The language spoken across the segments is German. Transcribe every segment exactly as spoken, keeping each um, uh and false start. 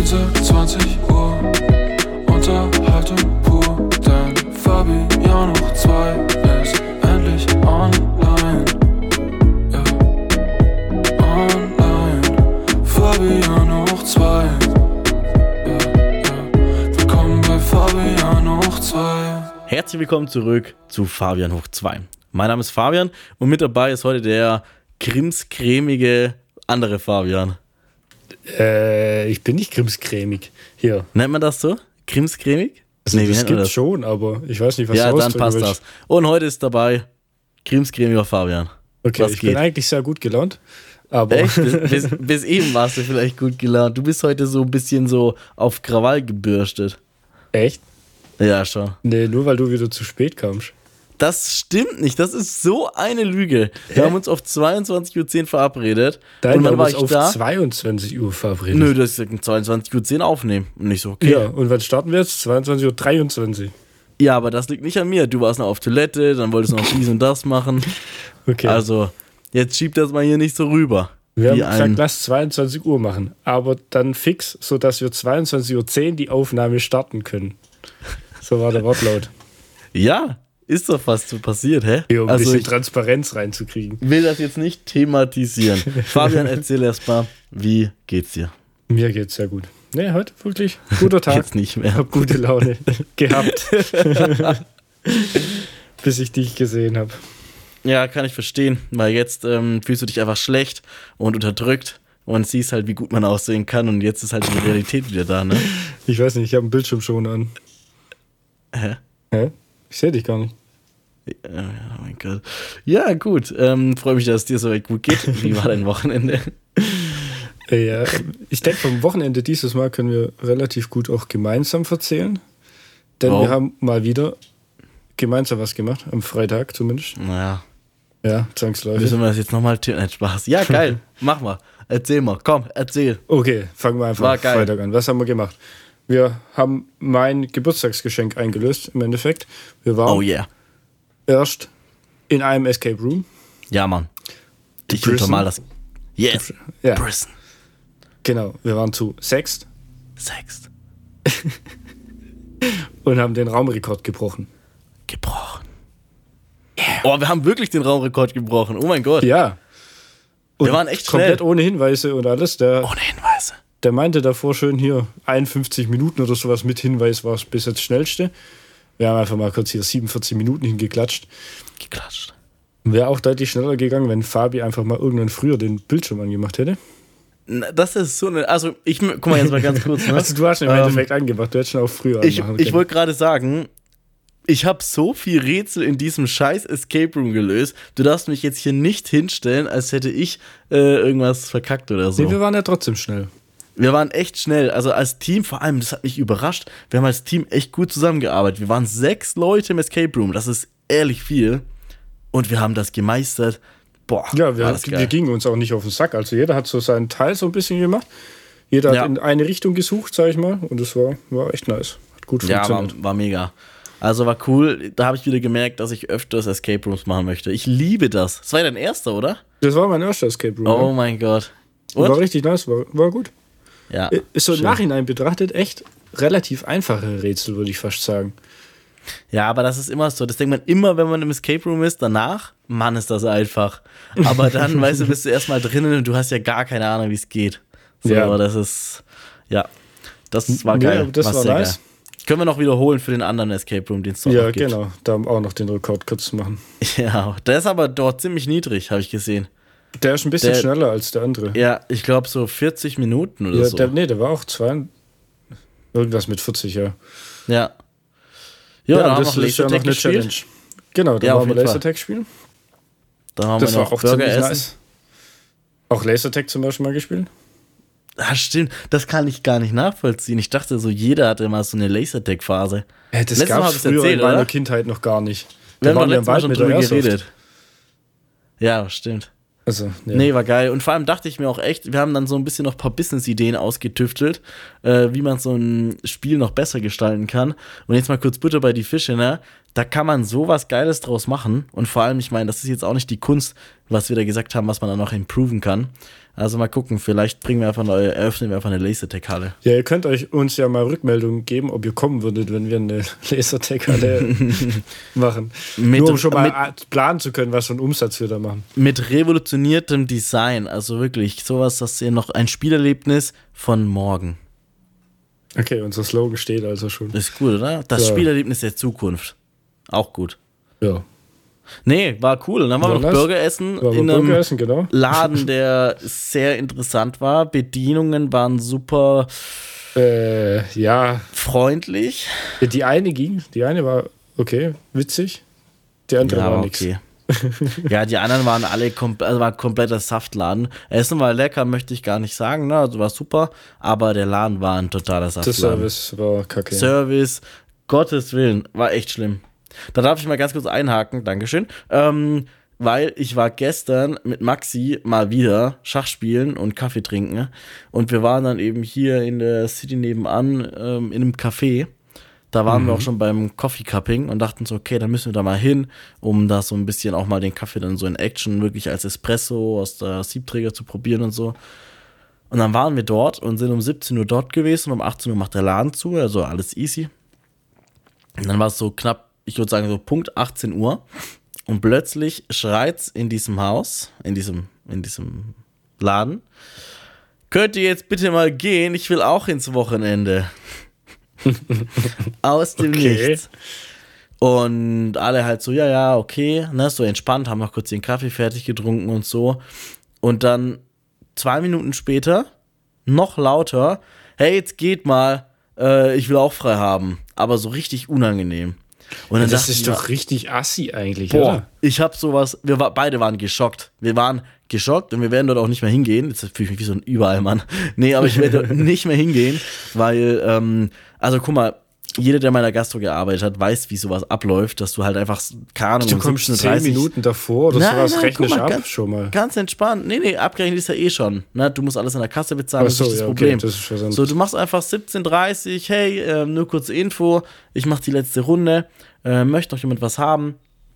Grenze zwanzig Uhr, Unterhaltung pur, denn Fabian hoch zwei ist endlich online. Ja, online. Fabian hoch zwei. Ja, ja. Willkommen bei Fabian hoch zwei. Herzlich willkommen zurück zu Fabian hoch zwei. Mein Name ist Fabian und mit dabei ist heute der krimscremige andere Fabian. Äh, ich bin nicht krimscremig. Hier. Nennt man das so? Krimscremig? Also, Nee, wie das nennt man gibt das? schon, aber ich weiß nicht, was Ja, du dann ausdrücken passt willst. das. Und heute ist dabei krimscremiger Fabian. Okay, Was ich geht? bin eigentlich sehr gut gelaunt. Aber Echt? Bis, bis eben warst du vielleicht gut gelaunt. Du bist heute so ein bisschen so auf Krawall gebürstet. echt? Ja, schon. Nee, nur weil du wieder zu spät kamst. Das stimmt nicht. Das ist so eine Lüge. Wir Hä? haben uns auf zweiundzwanzig Uhr zehn verabredet. Nein, und wir wann haben war uns ich auf da? zweiundzwanzig Uhr verabredet. Nö, das ist zweiundzwanzig Uhr zehn aufnehmen. Und nicht so, okay. Ja, und wann starten wir jetzt? zweiundzwanzig Uhr dreiundzwanzig. Ja, aber das liegt nicht an mir. Du warst noch auf Toilette, dann wolltest du noch dies und das machen. Okay. Also, jetzt schieb das mal hier nicht so rüber. wir haben wie gesagt, ein, lass zweiundzwanzig Uhr machen. Aber dann fix, sodass wir zweiundzwanzig Uhr zehn die Aufnahme starten können. So war der Wortlaut. ja, ist doch fast so passiert, hä? Ja, um ein also, bisschen ich Transparenz reinzukriegen. will das jetzt nicht thematisieren. Fabian, erzähl erst mal, wie geht's dir? Mir geht's sehr gut. Nee, heute wirklich guter Tag. Jetzt nicht Ich mehr. habe gute Laune gehabt, bis ich dich gesehen habe. Ja, kann ich verstehen, weil jetzt ähm, fühlst du dich einfach schlecht und unterdrückt und siehst halt, wie gut man aussehen kann und jetzt ist halt die Realität wieder da, ne? Ich weiß nicht, ich habe einen Bildschirmschoner an. Hä? Hä? Ich sehe dich gar nicht. Ja, oh mein Gott. Ja, gut. Ähm, freue mich, dass es dir so weit gut geht. Wie war dein Wochenende? Ja, ich denke, vom Wochenende dieses Mal können wir relativ gut auch gemeinsam verzählen. Denn Wow. wir haben mal wieder gemeinsam was gemacht, am Freitag zumindest. Naja, Ja, zwangsläufig. müssen wir das jetzt nochmal... Nein, Spaß. Ja, geil. Mach mal. Erzähl mal. Komm, erzähl. Okay, fangen wir einfach War am geil. Freitag an. Was haben wir gemacht? Wir haben mein Geburtstagsgeschenk eingelöst, im Endeffekt. Wir waren Oh yeah. erst in einem Escape Room. Ja, Mann. Ich Prison. untermal das... Yes. Ja, Prison. genau. Wir waren zu sechst Sext. und haben den Raumrekord gebrochen. Gebrochen. Oh, wir haben wirklich den Raumrekord gebrochen. Oh mein Gott. Ja. Und Wir waren echt komplett schnell. ohne Hinweise und alles. Der, Ohne Hinweise. der meinte davor schön hier einundfünfzig Minuten oder sowas mit Hinweis war es bis jetzt schnellste. Wir haben einfach mal kurz hier siebenundvierzig Minuten hingeklatscht. Geklatscht. Wäre auch deutlich schneller gegangen, wenn Fabi einfach mal irgendwann früher den Bildschirm angemacht hätte. Na, Das ist so eine... Also, ich... Guck mal jetzt mal ganz kurz, ne? Also du hast ihn im Ähm, Endeffekt angemacht, du hättest schon auch früher Ich, anmachen ich können. wollte gerade sagen, ich habe so viel Rätsel in diesem scheiß Escape Room gelöst. Du darfst mich jetzt hier nicht hinstellen, als hätte ich äh, irgendwas verkackt oder so. Nee, wir waren ja trotzdem schnell. Wir waren echt schnell. Also als Team, vor allem, das hat mich überrascht. Wir haben als Team echt gut zusammengearbeitet. Wir waren sechs Leute im Escape Room. Das ist ehrlich viel. Und wir haben das gemeistert. Boah, Ja, wir, war das wir geil. gingen uns auch nicht auf den Sack. Also jeder hat so seinen Teil so ein bisschen gemacht. Jeder Ja. hat in eine Richtung gesucht, sag ich mal. Und es war, war echt nice. Hat gut Ja, funktioniert. war, war mega. Also war cool. Da habe ich wieder gemerkt, dass ich öfters Escape Rooms machen möchte. Ich liebe das. Das war dein erster, oder? Das war mein erster Escape Room. Oh ja. mein Gott. War Und? richtig nice, war, war gut. Ja. Ist so im schön. Nachhinein betrachtet echt relativ einfache Rätsel, würde ich fast sagen. Ja, aber das ist immer so. Das denkt man immer, wenn man im Escape Room ist. Danach, Mann, ist das einfach. Aber dann, weißt du, bist du erstmal drinnen und du hast ja gar keine Ahnung, wie es geht. So, Ja. das ist, ja, das war Nee, geil. aber das war sehr nice. Geil. Können wir noch wiederholen für den anderen Escape Room, den es dort Ja, noch gibt. genau. Da auch noch den Rekord kurz zu machen. Ja, der ist aber dort ziemlich niedrig, habe ich gesehen. Der ist ein bisschen Der- schneller als der andere. Ja, ich glaube so vierzig Minuten oder Ja, so. der, nee, der war auch zwei. Irgendwas mit vierzig, ja. ja. Ja, dann haben wir das noch ist ja noch Lasertag eine gespielt. Challenge. Genau, da Ja, auf waren wir jeden Fall. Lasertag spielen. Dann haben Das wir war noch auch Burger ziemlich essen. nice. Auch Lasertag zum Beispiel mal gespielt. Ah, stimmt. Das kann ich gar nicht nachvollziehen. Ich dachte so, jeder hatte mal so eine Lasertag-Phase. Ja, das Letztes Mal gab hab es ich's früher erzählt, in meiner oder? Kindheit noch gar nicht. Wir Da haben doch waren wir im letztes Mal Wald schon mit der drüber Airsoft. geredet. Ja, stimmt. Also, ja. Nee, war geil. Und vor allem dachte ich mir auch echt, wir haben dann so ein bisschen noch ein paar Business-Ideen ausgetüftelt, äh, wie man so ein Spiel noch besser gestalten kann. Und jetzt mal kurz Butter bei die Fische, ne? da kann man sowas Geiles draus machen. Und vor allem, ich meine, das ist jetzt auch nicht die Kunst, was wir da gesagt haben, was man dann noch improven kann. Also mal gucken, vielleicht bringen wir einfach eine, eröffnen wir einfach eine Lasertag-Halle. Ja, ihr könnt euch uns ja mal Rückmeldungen geben, ob ihr kommen würdet, wenn wir eine Lasertag-Halle machen. Mit, Nur um schon mal mit, planen zu können, was für einen Umsatz wir da machen. Mit revolutioniertem Design, also wirklich sowas, dass ihr noch ein Spielerlebnis von morgen. Okay, unser Slogan steht also schon. Ist gut, oder? Das ja. Spielerlebnis der Zukunft. Auch gut. Ja. Nee, war cool. Und dann waren wir noch Burger essen in einem Burger essen, genau. Laden, der sehr interessant war. Bedienungen waren super äh, ja. freundlich. Ja, die eine ging, die eine war okay, witzig. Die andere ja, war nichts. Okay. Ja, die anderen waren alle kom also war ein kompletter Saftladen. Essen war lecker, möchte ich gar nicht sagen, ne? Also war super, aber der Laden war ein totaler Saftladen. Der Service war kacke. Service, Gottes Willen, war echt schlimm. Da darf ich mal ganz kurz einhaken, Dankeschön. Ähm, weil ich war gestern mit Maxi mal wieder Schach spielen und Kaffee trinken. Und wir waren dann eben hier in der City nebenan ähm, in einem Café. Da waren mhm. wir auch schon beim Coffee Cupping und dachten so, okay, dann müssen wir da mal hin, um da so ein bisschen auch mal den Kaffee dann so in Action wirklich als Espresso aus der Siebträger zu probieren und so. Und dann waren wir dort und sind um siebzehn Uhr dort gewesen und um achtzehn Uhr macht der Laden zu, also alles easy. Und dann war es so knapp, ich würde sagen so Punkt achtzehn Uhr und plötzlich schreit's in diesem Haus, in diesem, in diesem Laden, könnt ihr jetzt bitte mal gehen, ich will auch ins Wochenende. Aus dem okay. Nichts. Und alle halt so, ja, ja, okay, ne, so entspannt, haben noch kurz den Kaffee fertig getrunken und so. Und dann zwei Minuten später, noch lauter, hey, jetzt geht mal, äh, ich will auch frei haben. Aber so richtig unangenehm. Und dann das ist ich, doch richtig assi eigentlich, boah, oder? Ich hab sowas, wir war, beide waren geschockt. Wir waren geschockt und wir werden dort auch nicht mehr hingehen. Jetzt fühle ich mich wie so ein Überallmann. Nee, aber ich werde dort nicht mehr hingehen, weil, ähm, also guck mal, jeder, der in meiner Gastro gearbeitet hat, weiß, wie sowas abläuft, dass du halt einfach, keine Ahnung, du kommst zehn Minuten davor oder sowas, nein, rechnest mal, ab ganz, schon mal. Ganz entspannt. Nee, nee, abgerechnet ist ja eh schon. Ne? Du musst alles an der Kasse bezahlen, das so, ist nicht das ja, Problem. Okay, das ist schon so, du machst einfach siebzehn Uhr dreißig, hey, äh, nur kurze Info, ich mach die letzte Runde, äh, möchte noch jemand was haben?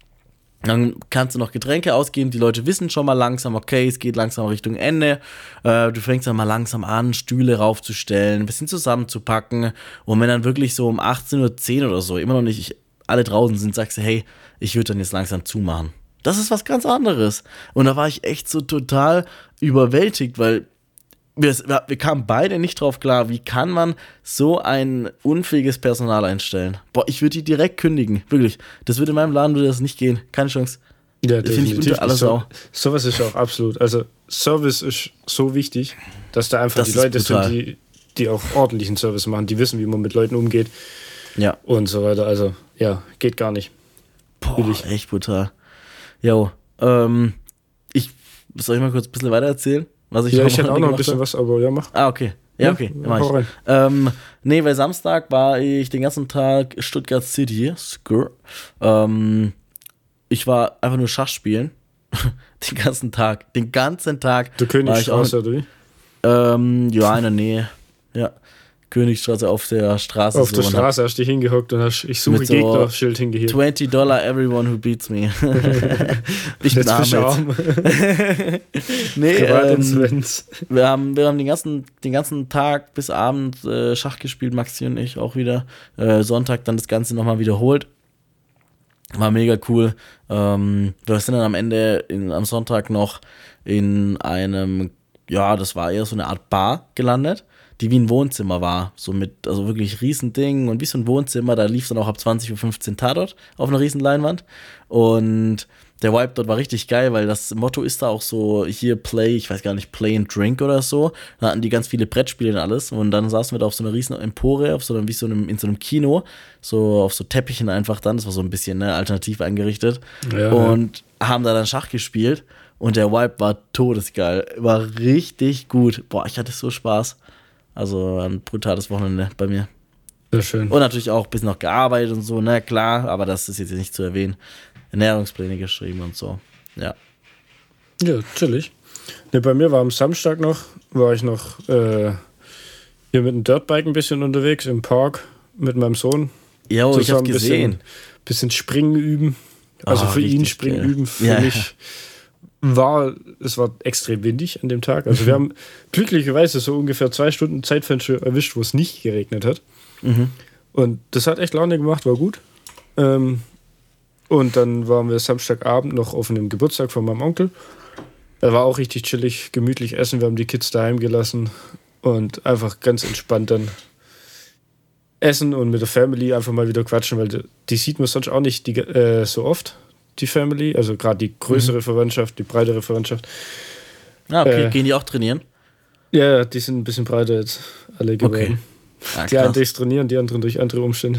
Dann kannst du noch Getränke ausgeben, die Leute wissen schon mal langsam, okay, es geht langsam Richtung Ende. Äh, du fängst dann mal langsam an, Stühle raufzustellen, ein bisschen zusammenzupacken. Und wenn dann wirklich so um achtzehn Uhr zehn oder so immer noch nicht alle draußen sind, sagst du, hey, ich würde dann jetzt langsam zumachen. Das ist was ganz anderes. Und da war ich echt so total überwältigt, weil wir, wir kamen beide nicht drauf klar, wie kann man so ein unfähiges Personal einstellen. Boah, ich würde die direkt kündigen, wirklich. Das würde in meinem Laden würde das nicht gehen, keine Chance. Ja, das finde ich unter alles auch. So, sowas ist auch absolut, also Service ist so wichtig, dass da einfach das die Leute sind, die, die auch ordentlichen Service machen, die wissen, wie man mit Leuten umgeht. Ja. Und so weiter, also ja, geht gar nicht. Boah, echt brutal. Jo, ähm, ich, soll ich mal kurz ein bisschen weiter erzählen? Was ich ja, ich hätte auch noch ein bisschen was, aber ja, mach. Ah, okay. Ja, ja okay, mach ich. Ähm, nee, weil Samstag war ich den ganzen Tag Stuttgart City. Skrr. Ähm, ich war einfach nur Schach spielen. den ganzen Tag. Den ganzen Tag. Der Königstraße, oder wie? Ähm, ja, in der Nähe. Ja. Königstraße auf der Straße. Auf so der Straße hast du dich hingehockt und hast ich suche so Gegner-Schild hingehielt. twenty Dollar everyone who beats me. Ich bin arm. Nee, ähm, wir haben, wir haben den ganzen, den ganzen Tag bis Abend äh, Schach gespielt, Maxi und ich auch wieder. Äh, Sonntag dann das Ganze nochmal wiederholt. War mega cool. Ähm, wir sind dann am Ende in, am Sonntag noch in einem, ja, das war eher so eine Art Bar gelandet, die wie ein Wohnzimmer war, so mit, also wirklich Riesending und wie so ein Wohnzimmer, da lief dann auch ab zwanzig Uhr fünfzehn Tatort auf einer riesen Leinwand und der Vibe dort war richtig geil, weil das Motto ist da auch so, hier Play, ich weiß gar nicht, Play and Drink oder so, da hatten die ganz viele Brettspiele und alles und dann saßen wir da auf so einer riesen Empore, auf so einem, wie so einem, in so einem Kino, so auf so Teppichen einfach dann, das war so ein bisschen ne, alternativ eingerichtet ja, und ja. haben da dann Schach gespielt und der Vibe war todesgeil, war richtig gut, boah, ich hatte so Spaß. Also ein brutales Wochenende bei mir. Sehr schön. Und natürlich auch ein bisschen noch gearbeitet und so, ne, klar, aber das ist jetzt nicht zu erwähnen. Ernährungspläne geschrieben und so, ja. Ja, chillig. Ne, bei mir war am Samstag noch, war ich noch äh, hier mit dem Dirtbike ein bisschen unterwegs im Park mit meinem Sohn. Jo, ich hab's gesehen. bisschen Springen üben. Also oh, für ihn Springen geil. üben, für ja, mich ja. war, es war extrem windig an dem Tag. Also wir haben glücklicherweise so ungefähr zwei Stunden Zeitfenster erwischt, wo es nicht geregnet hat. Mhm. Und das hat echt Laune gemacht, war gut. Ähm, und dann waren wir Samstagabend noch auf einem Geburtstag von meinem Onkel. Er war auch richtig chillig, gemütlich essen. Wir haben die Kids daheim gelassen und einfach ganz entspannt dann essen und mit der Family einfach mal wieder quatschen, weil die, die sieht man sonst auch nicht die, äh, so oft, die Family. Also gerade die größere mhm. Verwandtschaft, die breitere Verwandtschaft. Ah, okay. Äh, Gehen die auch trainieren? Ja, die sind ein bisschen breiter jetzt alle geworden. Okay. Ah, die einen durchs Trainieren, die anderen durch andere Umstände.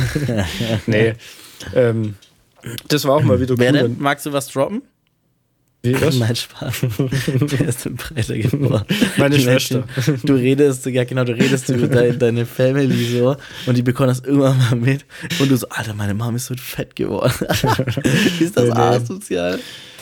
nee. Ähm, das war auch mal wieder Wer cool. Denn? Magst du was droppen? Wie, was? Nein, Spaß. Wer ist denn breiter geworden? Meine Schwester. Du redest, ja genau, du redest über deine, deine Family so und die bekommen das irgendwann mal mit und du so, Alter, meine Mom ist so fett geworden. Ist das nee, asozial?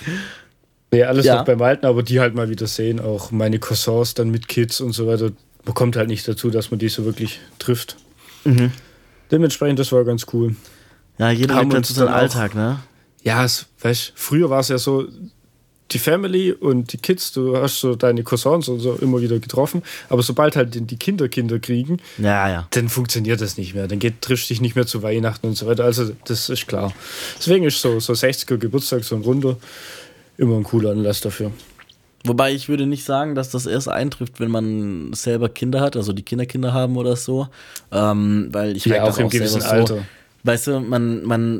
Nee, alles ja. noch beim Alten, aber die halt mal wieder sehen, auch meine Cousins dann mit Kids und so weiter. Man kommt halt nicht dazu, dass man die so wirklich trifft. Mhm. Dementsprechend, das war ganz cool. Ja, jeder lebt halt so seinen Alltag, ne? Ja, es, weißt, früher war es ja so, die Family und die Kids, du hast so deine Cousins und so immer wieder getroffen, aber sobald halt die Kinder Kinder kriegen, ja, ja. dann funktioniert das nicht mehr. Dann geht, triffst du dich nicht mehr zu Weihnachten und so weiter. Also das ist klar. Deswegen ist so, so sechziger Geburtstag, so ein Runder, immer ein cooler Anlass dafür. Wobei ich würde nicht sagen, dass das erst eintrifft, wenn man selber Kinder hat, also die Kinderkinder haben oder so. Ähm, weil ich ja, auch im gewissen Alter. So, weißt du, man, man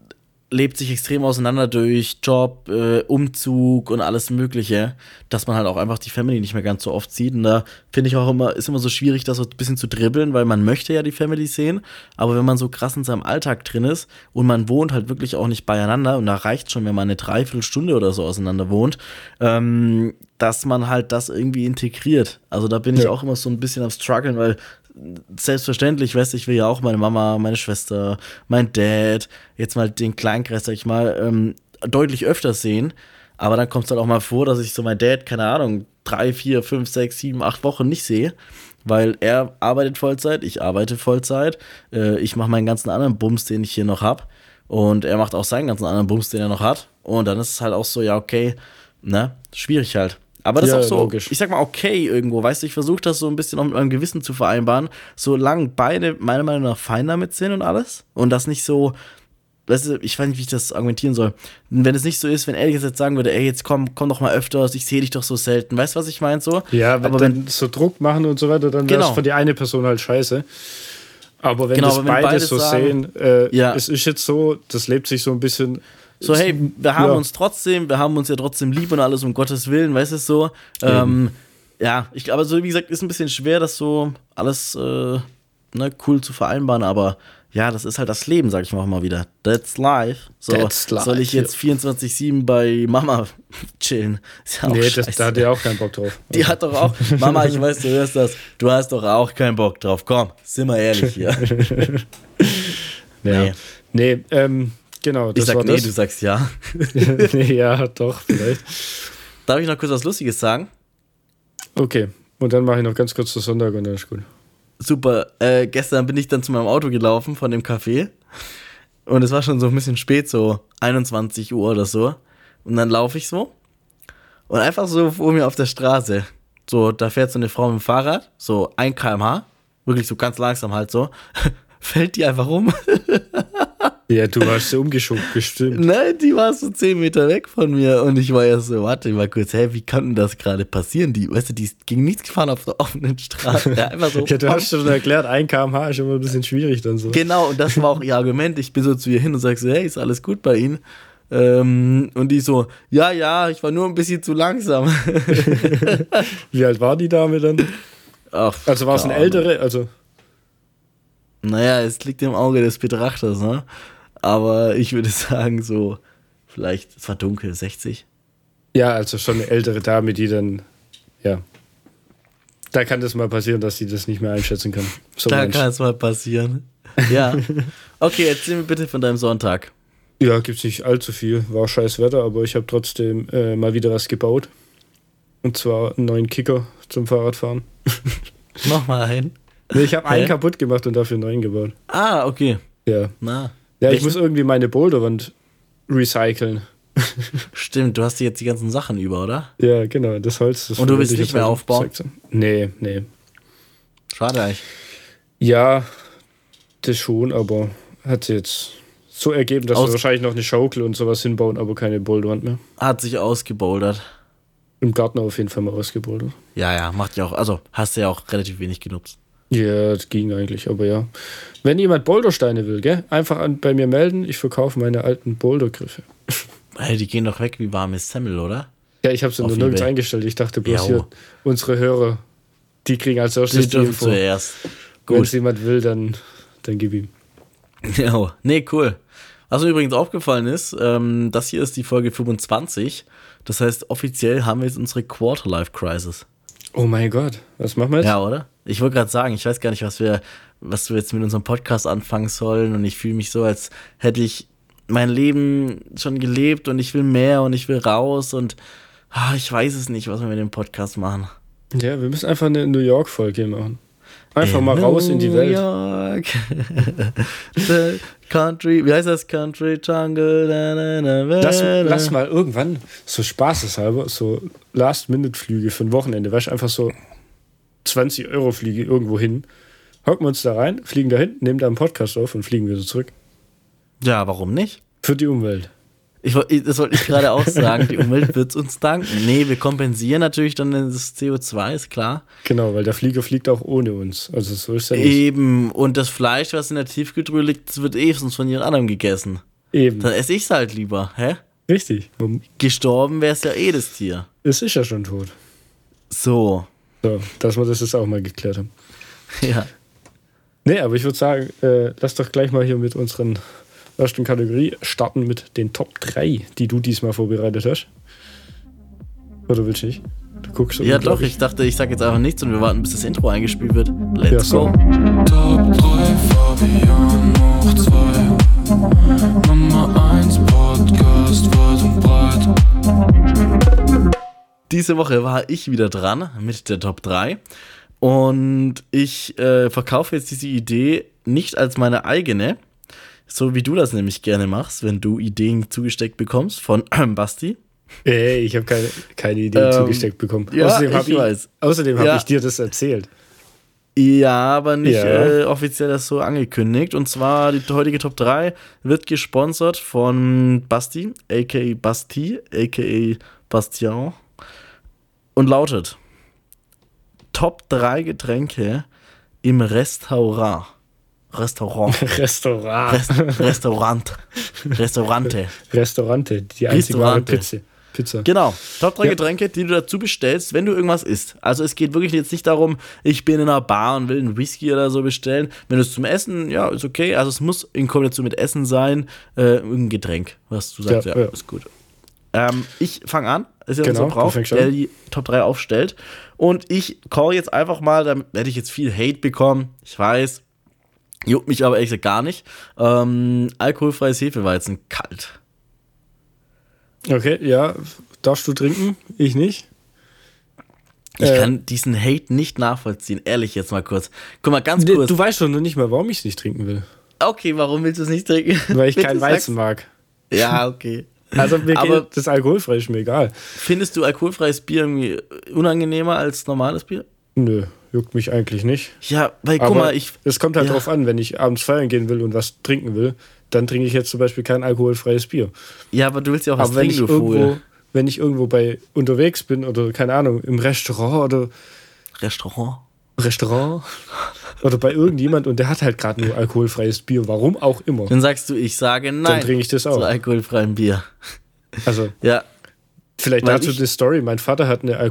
lebt sich extrem auseinander durch Job, äh, Umzug und alles Mögliche, dass man halt auch einfach die Family nicht mehr ganz so oft sieht. Und da finde ich auch immer, ist immer so schwierig, das so ein bisschen zu dribbeln, weil man möchte ja die Family sehen, aber wenn man so krass in seinem Alltag drin ist und man wohnt halt wirklich auch nicht beieinander und da reicht schon, wenn man eine Dreiviertelstunde oder so auseinander wohnt, ähm, dass man halt das irgendwie integriert. Also da bin ja. ich auch immer so ein bisschen am struggeln, weil selbstverständlich, weißt du, ich will ja auch meine Mama, meine Schwester, mein Dad, jetzt mal den Kleinkreis, sag ich mal, ähm, deutlich öfter sehen. Aber dann kommt es halt auch mal vor, dass ich so mein Dad, keine Ahnung, drei, vier, fünf, sechs, sieben, acht Wochen nicht sehe, weil er arbeitet Vollzeit, ich arbeite Vollzeit, äh, ich mache meinen ganzen anderen Bums, den ich hier noch habe, und er macht auch seinen ganzen anderen Bums, den er noch hat. Und dann ist es halt auch so, ja, okay, ne, schwierig halt. Aber das ja, ist auch so, logisch. Ich sag mal, okay irgendwo, weißt du, ich versuche das so ein bisschen auch mit meinem Gewissen zu vereinbaren, solange beide meiner Meinung nach fein damit sind und alles und das nicht so, weißt du, ich weiß nicht, wie ich das argumentieren soll. Wenn es nicht so ist, wenn er jetzt sagen würde, ey, jetzt komm, komm doch mal öfters, ich sehe dich doch so selten, weißt du, was ich meine so? Ja, wenn, aber wenn so Druck machen und so weiter, dann wäre es genau. für die eine Person halt scheiße. Aber wenn genau, das aber wenn beide, beide so sagen, sehen, äh, ja. es ist jetzt so, das lebt sich so ein bisschen. So, hey, wir haben ja. uns trotzdem, wir haben uns ja trotzdem lieb und alles um Gottes Willen, weißt du so. Ähm, ja, ich glaube, so wie gesagt, ist ein bisschen schwer, das so alles äh, ne, cool zu vereinbaren, aber ja, das ist halt das Leben, sag ich mal auch mal wieder. That's life. So, That's life. Soll ich jetzt vierundzwanzig sieben bei Mama chillen? Ist ja auch nee, das, da hat die auch keinen Bock drauf. Die hat doch auch, Mama, ich weiß, du hörst das, du hast doch auch keinen Bock drauf. Komm, sind wir ehrlich hier. ja. Nee, nee ähm, genau. Das ich sag war nee, das. du sagst ja. nee, ja, doch, vielleicht. Darf ich noch kurz was Lustiges sagen? Okay, und dann mache ich noch ganz kurz den Sonntag und dann ist gut. Super, äh, gestern bin ich dann zu meinem Auto gelaufen von dem Café und es war schon so ein bisschen spät, so einundzwanzig Uhr oder so, und dann laufe ich so und einfach so vor mir auf der Straße, so, da fährt so eine Frau mit dem Fahrrad, so ein Kilometer pro Stunde, wirklich so ganz langsam halt so, fällt die einfach um. Ja, du warst so umgeschoben, bestimmt. Nein, die war so zehn Meter weg von mir und ich war ja so, warte mal kurz, hä, wie kann denn das gerade passieren? Die, weißt du, die ist gegen nichts gefahren auf der offenen Straße. Ja, einfach so. Ja, du hast schon erklärt, ein Kilometer pro Stunde ist immer ein bisschen schwierig dann so. Genau, und das war auch ihr Argument. Ich bin so zu ihr hin und sag so, hey, ist alles gut bei Ihnen? Ähm, und die so, ja, ja, ich war nur ein bisschen zu langsam. Wie alt war die Dame dann? Ach, also war es eine ältere? Also naja, es liegt im Auge des Betrachters, ne? Aber ich würde sagen, so, vielleicht, es war dunkel, sechzig. Ja, also schon eine ältere Dame, die dann, ja. Da kann das mal passieren, dass sie das nicht mehr einschätzen kann. So da Mensch. kann es mal passieren. Ja. Okay, erzähl mir bitte von deinem Sonntag. Ja, gibt's nicht allzu viel. War scheiß Wetter, aber ich habe trotzdem äh, mal wieder was gebaut. Und zwar einen neuen Kicker zum Fahrradfahren. Nochmal einen? Nee, ich habe einen kaputt gemacht und dafür einen neuen gebaut. Ah, okay. Ja. Na. Ja, ich muss irgendwie meine Boulderwand recyceln. Stimmt, du hast jetzt die ganzen Sachen über, oder? Ja, genau, das Holz. Das Und du willst nicht mehr aufbauen? Nee, nee. Schade eigentlich. Ja, das schon, aber hat sich jetzt so ergeben, dass Aus- wir wahrscheinlich noch eine Schaukel und sowas hinbauen, aber keine Boulderwand mehr. Hat sich ausgebouldert. Im Garten auf jeden Fall mal ausgebouldert. Ja, ja, macht ja auch, also hast du ja auch relativ wenig genutzt. Ja, das ging eigentlich, aber ja. Wenn jemand Bouldersteine will, gell, einfach an, bei mir melden, ich verkaufe meine alten Bouldergriffe. Hey, die gehen doch weg wie warmes Semmel, oder? Ja, ich habe sie nur nirgends eingestellt. Ich dachte bloß ja, hier, unsere Hörer, die kriegen als erstes die Info. Zuerst. Wenn es jemand will, dann, dann gib ihm. Ja, nee, cool. Was mir übrigens aufgefallen ist, ähm, das hier ist die Folge fünfundzwanzig. Das heißt, offiziell haben wir jetzt unsere Quarter-Life-Crisis. Oh mein Gott, was machen wir jetzt? Ja, oder? Ich wollte gerade sagen, ich weiß gar nicht, was wir, was wir jetzt mit unserem Podcast anfangen sollen. Und ich fühle mich so, als hätte ich mein Leben schon gelebt und ich will mehr und ich will raus. Und ah, ich weiß es nicht, was wir mit dem Podcast machen. Ja, wir müssen einfach eine New York-Folge machen. Einfach in mal raus in die Welt. New York. The Country, wie heißt das? Country Jungle. Na, na, na, lass, lass mal irgendwann so spaßeshalber so Last-Minute-Flüge für ein Wochenende, weißt du, einfach so zwanzig Euro Flüge irgendwo hin. Hocken wir uns da rein, fliegen da hin, nehmen da einen Podcast auf und fliegen wieder zurück. Ja, warum nicht? Für die Umwelt. Ich, das wollte ich gerade auch sagen, die Umwelt wird uns danken. Nee, wir kompensieren natürlich dann das C O zwei, ist klar. Genau, weil der Flieger fliegt auch ohne uns. Also so ist ja nicht. Eben, und das Fleisch, was in der Tiefkühltruhe liegt, das wird eh sonst von jemand anderem gegessen. Eben. Dann esse ich es halt lieber, hä? Richtig. Gestorben wäre es ja eh das Tier. Es ist ja schon tot. So. So, dass wir das jetzt auch mal geklärt haben. Ja. Nee, aber ich würde sagen, äh, lass doch gleich mal hier mit unseren ersten Kategorie starten mit den Top drei, die du diesmal vorbereitet hast. Oder willst du nicht? Du guckst ja doch, ich. ich dachte, ich sag jetzt einfach nichts und wir warten, bis das Intro eingespielt wird. Let's ja, so. go. Top drei, Fabian hoch zwei. Nummer eins Podcast weit und breit. Diese Woche war ich wieder dran mit der Top drei und ich äh, verkaufe jetzt diese Idee nicht als meine eigene, so wie du das nämlich gerne machst, wenn du Ideen zugesteckt bekommst von Basti. Ey, ich habe keine, keine Ideen ähm, zugesteckt bekommen. Ja, außerdem ich habe ich, weiß. Außerdem habe ja. ich dir das erzählt. Ja, aber nicht ja. Äh, offiziell das so angekündigt. Und zwar die heutige Top drei wird gesponsert von Basti, a k a. Basti, a k a. Bastian. Und lautet Top drei Getränke im Restaurant. Restaurant. Restaurant. Rest, Restaurant. Restaurante. Restaurante, die einzige wahre Pizza. Pizza. Genau. Top drei ja. Getränke, die du dazu bestellst, wenn du irgendwas isst. Also es geht wirklich jetzt nicht darum, ich bin in einer Bar und will einen Whisky oder so bestellen. Wenn du es zum Essen, ja, ist okay. Also es muss in Kombination mit Essen sein, äh, irgendein Getränk, was du sagst, ja, ja, ja. ist gut. Ähm, ich fange an. Ist ja genau, unser Brauch, der die Top drei aufstellt. Und ich call jetzt einfach mal, damit werde ich jetzt viel Hate bekommen. Ich weiß. Juckt mich aber ehrlich gesagt gar nicht. Ähm, alkoholfreies Hefeweizen, kalt. Okay, ja. Darfst du trinken? Ich nicht. Ich äh, kann diesen Hate nicht nachvollziehen. Ehrlich jetzt mal kurz. Guck mal, ganz kurz. Du weißt schon noch nicht mal, warum ich es nicht trinken will. Okay, warum willst du es nicht trinken? Weil ich keinen Weizen mag. Ja, okay. Also mir aber geht das alkoholfrei ist mir egal. Findest du alkoholfreies Bier irgendwie unangenehmer als normales Bier? Nö, juckt mich eigentlich nicht. Ja, weil guck aber mal, ich... Es kommt halt ja. drauf an, wenn ich abends feiern gehen will und was trinken will, dann trinke ich jetzt zum Beispiel kein alkoholfreies Bier. Ja, aber du willst ja auch was aber wenn trinken, ich irgendwo, wenn ich irgendwo bei unterwegs bin oder, keine Ahnung, im Restaurant oder... Restaurant? Restaurant oder bei irgendjemand und der hat halt gerade nur alkoholfreies Bier, warum auch immer. Dann sagst du, ich sage nein. Dann trinke ich das auch. Zu alkoholfreiem Bier. Also, ja. Vielleicht Weil dazu ich, die Story. Mein Vater hat eine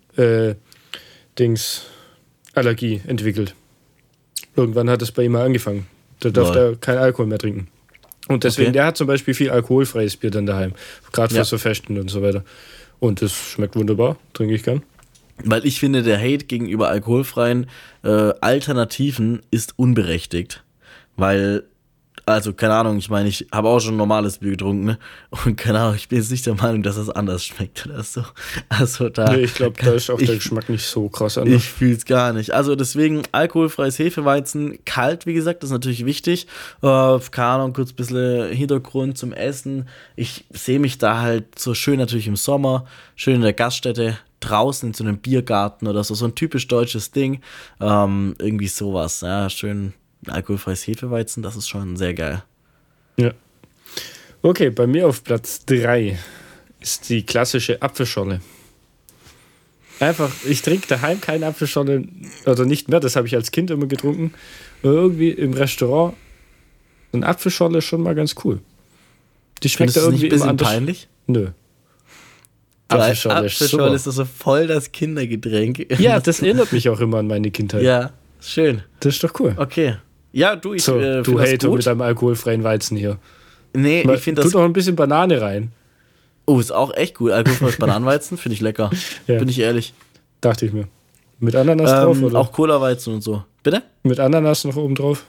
Alkohol-Dings-Allergie äh, entwickelt. Irgendwann hat es bei ihm mal angefangen. Da darf er keinen Alkohol mehr trinken. Und deswegen, okay. der hat zum Beispiel viel alkoholfreies Bier dann daheim. Gerade für ja. so Festen und so weiter. Und das schmeckt wunderbar. Trinke ich gern. Weil ich finde, der Hate gegenüber alkoholfreien äh, Alternativen ist unberechtigt. Weil Also, keine Ahnung, ich meine, ich habe auch schon normales Bier getrunken, ne? Und keine Ahnung, ich bin jetzt nicht der Meinung, dass das anders schmeckt oder so. Also da. Nee, ich glaube, da ist auch der Geschmack nicht so krass anders. Ich fühle es gar nicht. Also deswegen alkoholfreies Hefeweizen, kalt, wie gesagt, das ist natürlich wichtig. Äh, keine Ahnung, kurz ein bisschen Hintergrund zum Essen. Ich sehe mich da halt so schön natürlich im Sommer, schön in der Gaststätte, draußen in so einem Biergarten oder so, so ein typisch deutsches Ding. Ähm, irgendwie sowas, ja, schön alkoholfreies Hefeweizen, das ist schon sehr geil. Ja. Okay, bei mir auf Platz drei ist die klassische Apfelschorle. Einfach, ich trinke daheim keine Apfelschorle, oder nicht mehr, das habe ich als Kind immer getrunken. Aber irgendwie im Restaurant, eine Apfelschorle ist schon mal ganz cool. Die schmeckt da irgendwie immer anders. Peinlich? Nö. Apfelschorle, Apfelschorle ist, ist so voll das Kindergetränk. Ja, das erinnert mich auch immer an meine Kindheit. Ja, schön. Das ist doch cool. Okay. Ja, du, ich so, äh, du Hater mit deinem alkoholfreien Weizen hier. Nee, Mal, ich finde das... Tu doch ein bisschen Banane rein. Oh, ist auch echt gut. Alkoholfreies Bananenweizen finde ich lecker. Ja. Bin ich ehrlich. Dachte ich mir. Mit Ananas ähm, drauf, oder? Auch Cola-Weizen und so. Bitte? Mit Ananas noch oben drauf?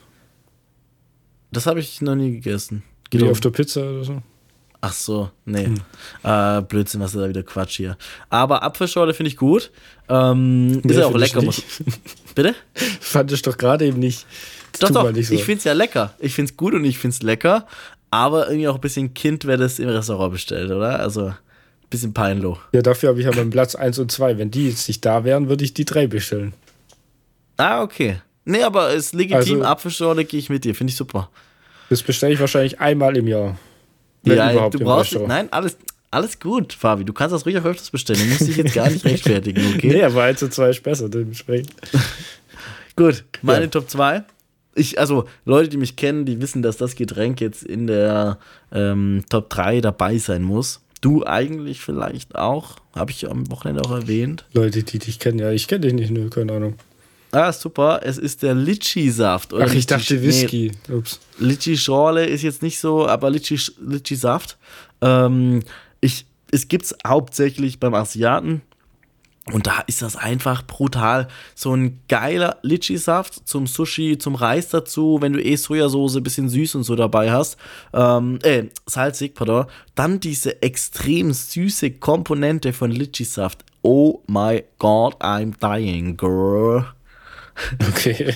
Das habe ich noch nie gegessen. Geht Wie auf der Pizza oder so? Ach so, nee. Hm. Äh, Blödsinn, was ist da wieder Quatsch hier. Aber Apfelschorle finde ich gut. Ähm, ist ja auch lecker. Muss... Bitte? Fand ich doch gerade eben nicht. Das doch, doch. Nicht so. Ich finde es ja lecker. Ich finde es gut und ich finde es lecker. Aber irgendwie auch ein bisschen Kind, wer das im Restaurant bestellt, oder? Also ein bisschen peinlich. Ja, dafür habe ich aber Platz eins und zwei. Wenn die jetzt nicht da wären, würde ich die drei bestellen. Ah, okay. Nee, aber ist legitim. Also, Apfelschorle gehe ich mit dir. Finde ich super. Das bestelle ich wahrscheinlich einmal im Jahr. Wenn ja, überhaupt du brauchst nicht, nein, alles, alles gut, Fabi. Du kannst das ruhig auch öfters bestellen. Du musst dich jetzt gar nicht rechtfertigen, okay? Nee, aber eins und zwei ist besser, dementsprechend. Gut, meine ja. Top zwei. Ich, also, Leute, die mich kennen, die wissen, dass das Getränk jetzt in der ähm, Top drei dabei sein muss. Du eigentlich vielleicht auch. Habe ich am Wochenende auch erwähnt. Leute, die dich kennen, ja, ich kenne dich nicht, ne, keine Ahnung. Ah, super. Es ist der Litchi-Saft. Ach, ich dachte Whisky. Nee, Ups. Litchi-Schorle ist jetzt nicht so, aber Litchi-Saft. Ähm, ich, es gibt es hauptsächlich beim Asiaten. Und da ist das einfach brutal. So ein geiler Litchi-Saft zum Sushi, zum Reis dazu, wenn du eh Sojasauce, ein bisschen süß und so dabei hast. Ähm, äh, salzig, pardon. Dann diese extrem süße Komponente von Litchi-Saft. Oh my God, I'm dying, girl. Okay.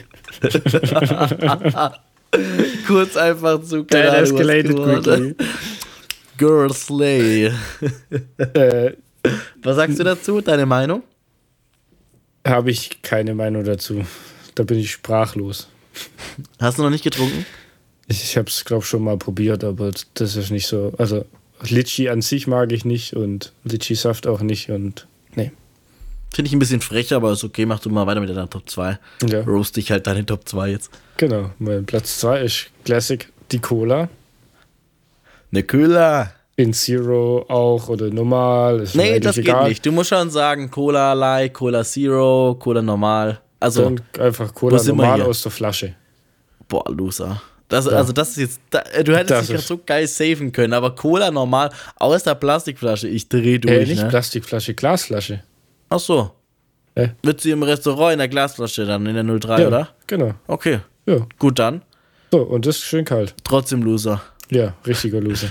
Kurz einfach zu That escalated quickly. Girl Slay. äh, Was sagst du dazu? Deine Meinung? Habe ich keine Meinung dazu. Da bin ich sprachlos. Hast du noch nicht getrunken? Ich, ich habe es, glaube ich, schon mal probiert, aber das ist nicht so. Also, Litchi an sich mag ich nicht und Litchi-Saft auch nicht und nee. Finde ich ein bisschen frech, aber ist okay, mach du mal weiter mit deiner Top zwei. Ja. Roast ich halt deine Top zwei jetzt. Genau, mein Platz zwei ist Classic, die Cola. Eine Cola. In Zero auch oder normal. Ist nee, das egal. geht nicht. Du musst schon sagen Cola Light, Cola Zero, Cola normal. Also dann einfach Cola normal aus der Flasche. Boah, Loser. Das, ja. Also das ist jetzt, da, du hättest das dich gerade so geil safen können, aber Cola normal aus der Plastikflasche, ich dreh durch. Äh, nicht ne? Plastikflasche, Glasflasche. Ach so. Äh. Wird sie im Restaurant in der Glasflasche dann, in der null drei, ja, oder? Genau. Okay. Ja. Gut dann. So, und das ist schön kalt. Trotzdem Loser. Ja, richtiger Loser.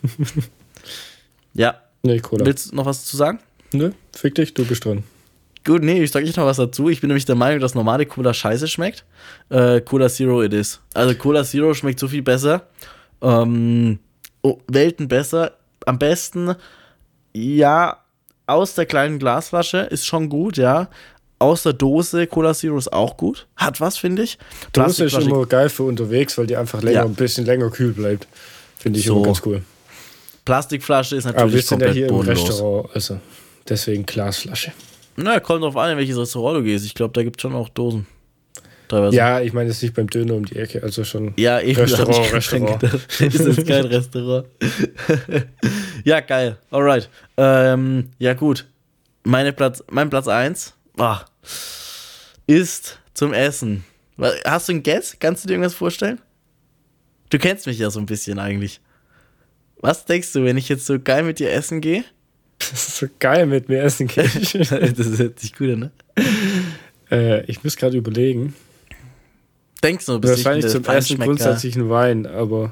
Ja. Nee, Cola. Willst du noch was zu sagen? Nö, fick dich, du bist dran. Gut, nee, ich sag nicht noch was dazu. Ich bin nämlich der Meinung, dass normale Cola scheiße schmeckt. Äh, Cola Zero it is. Also Cola Zero schmeckt so viel besser. Ähm, oh, Welten besser. Am besten, ja, aus der kleinen Glasflasche ist schon gut, ja. Aus der Dose Cola Zero ist auch gut. Hat was, finde ich. Dose ist immer geil für unterwegs, weil die einfach länger, ja. ein bisschen länger kühl bleibt. Finde ich so. Immer ganz cool. Plastikflasche ist natürlich Aber wir sind komplett ja hier bodenlos. Im Restaurant, also deswegen Glasflasche. Na, kommt drauf an, in welches Restaurant du gehst. Ich glaube, da gibt es schon auch Dosen. Teilweise. Ja, ich meine, es ist nicht beim Döner um die Ecke, also schon ja, eben, Restaurant, Restaurant. Das ist jetzt kein Restaurant. Ja, geil. Alright. Ähm, ja, gut. Meine Platz, mein Platz eins oh, ist zum Essen. Hast du ein Guess? Kannst du dir irgendwas vorstellen? Du kennst mich ja so ein bisschen eigentlich. Was denkst du, wenn ich jetzt so geil mit dir essen gehe? Das ist so geil mit mir essen gehe. Das hört sich gut an, ne? Äh, ich muss gerade überlegen. denkst du, bist wahrscheinlich zum Essen grundsätzlich ein Wein, aber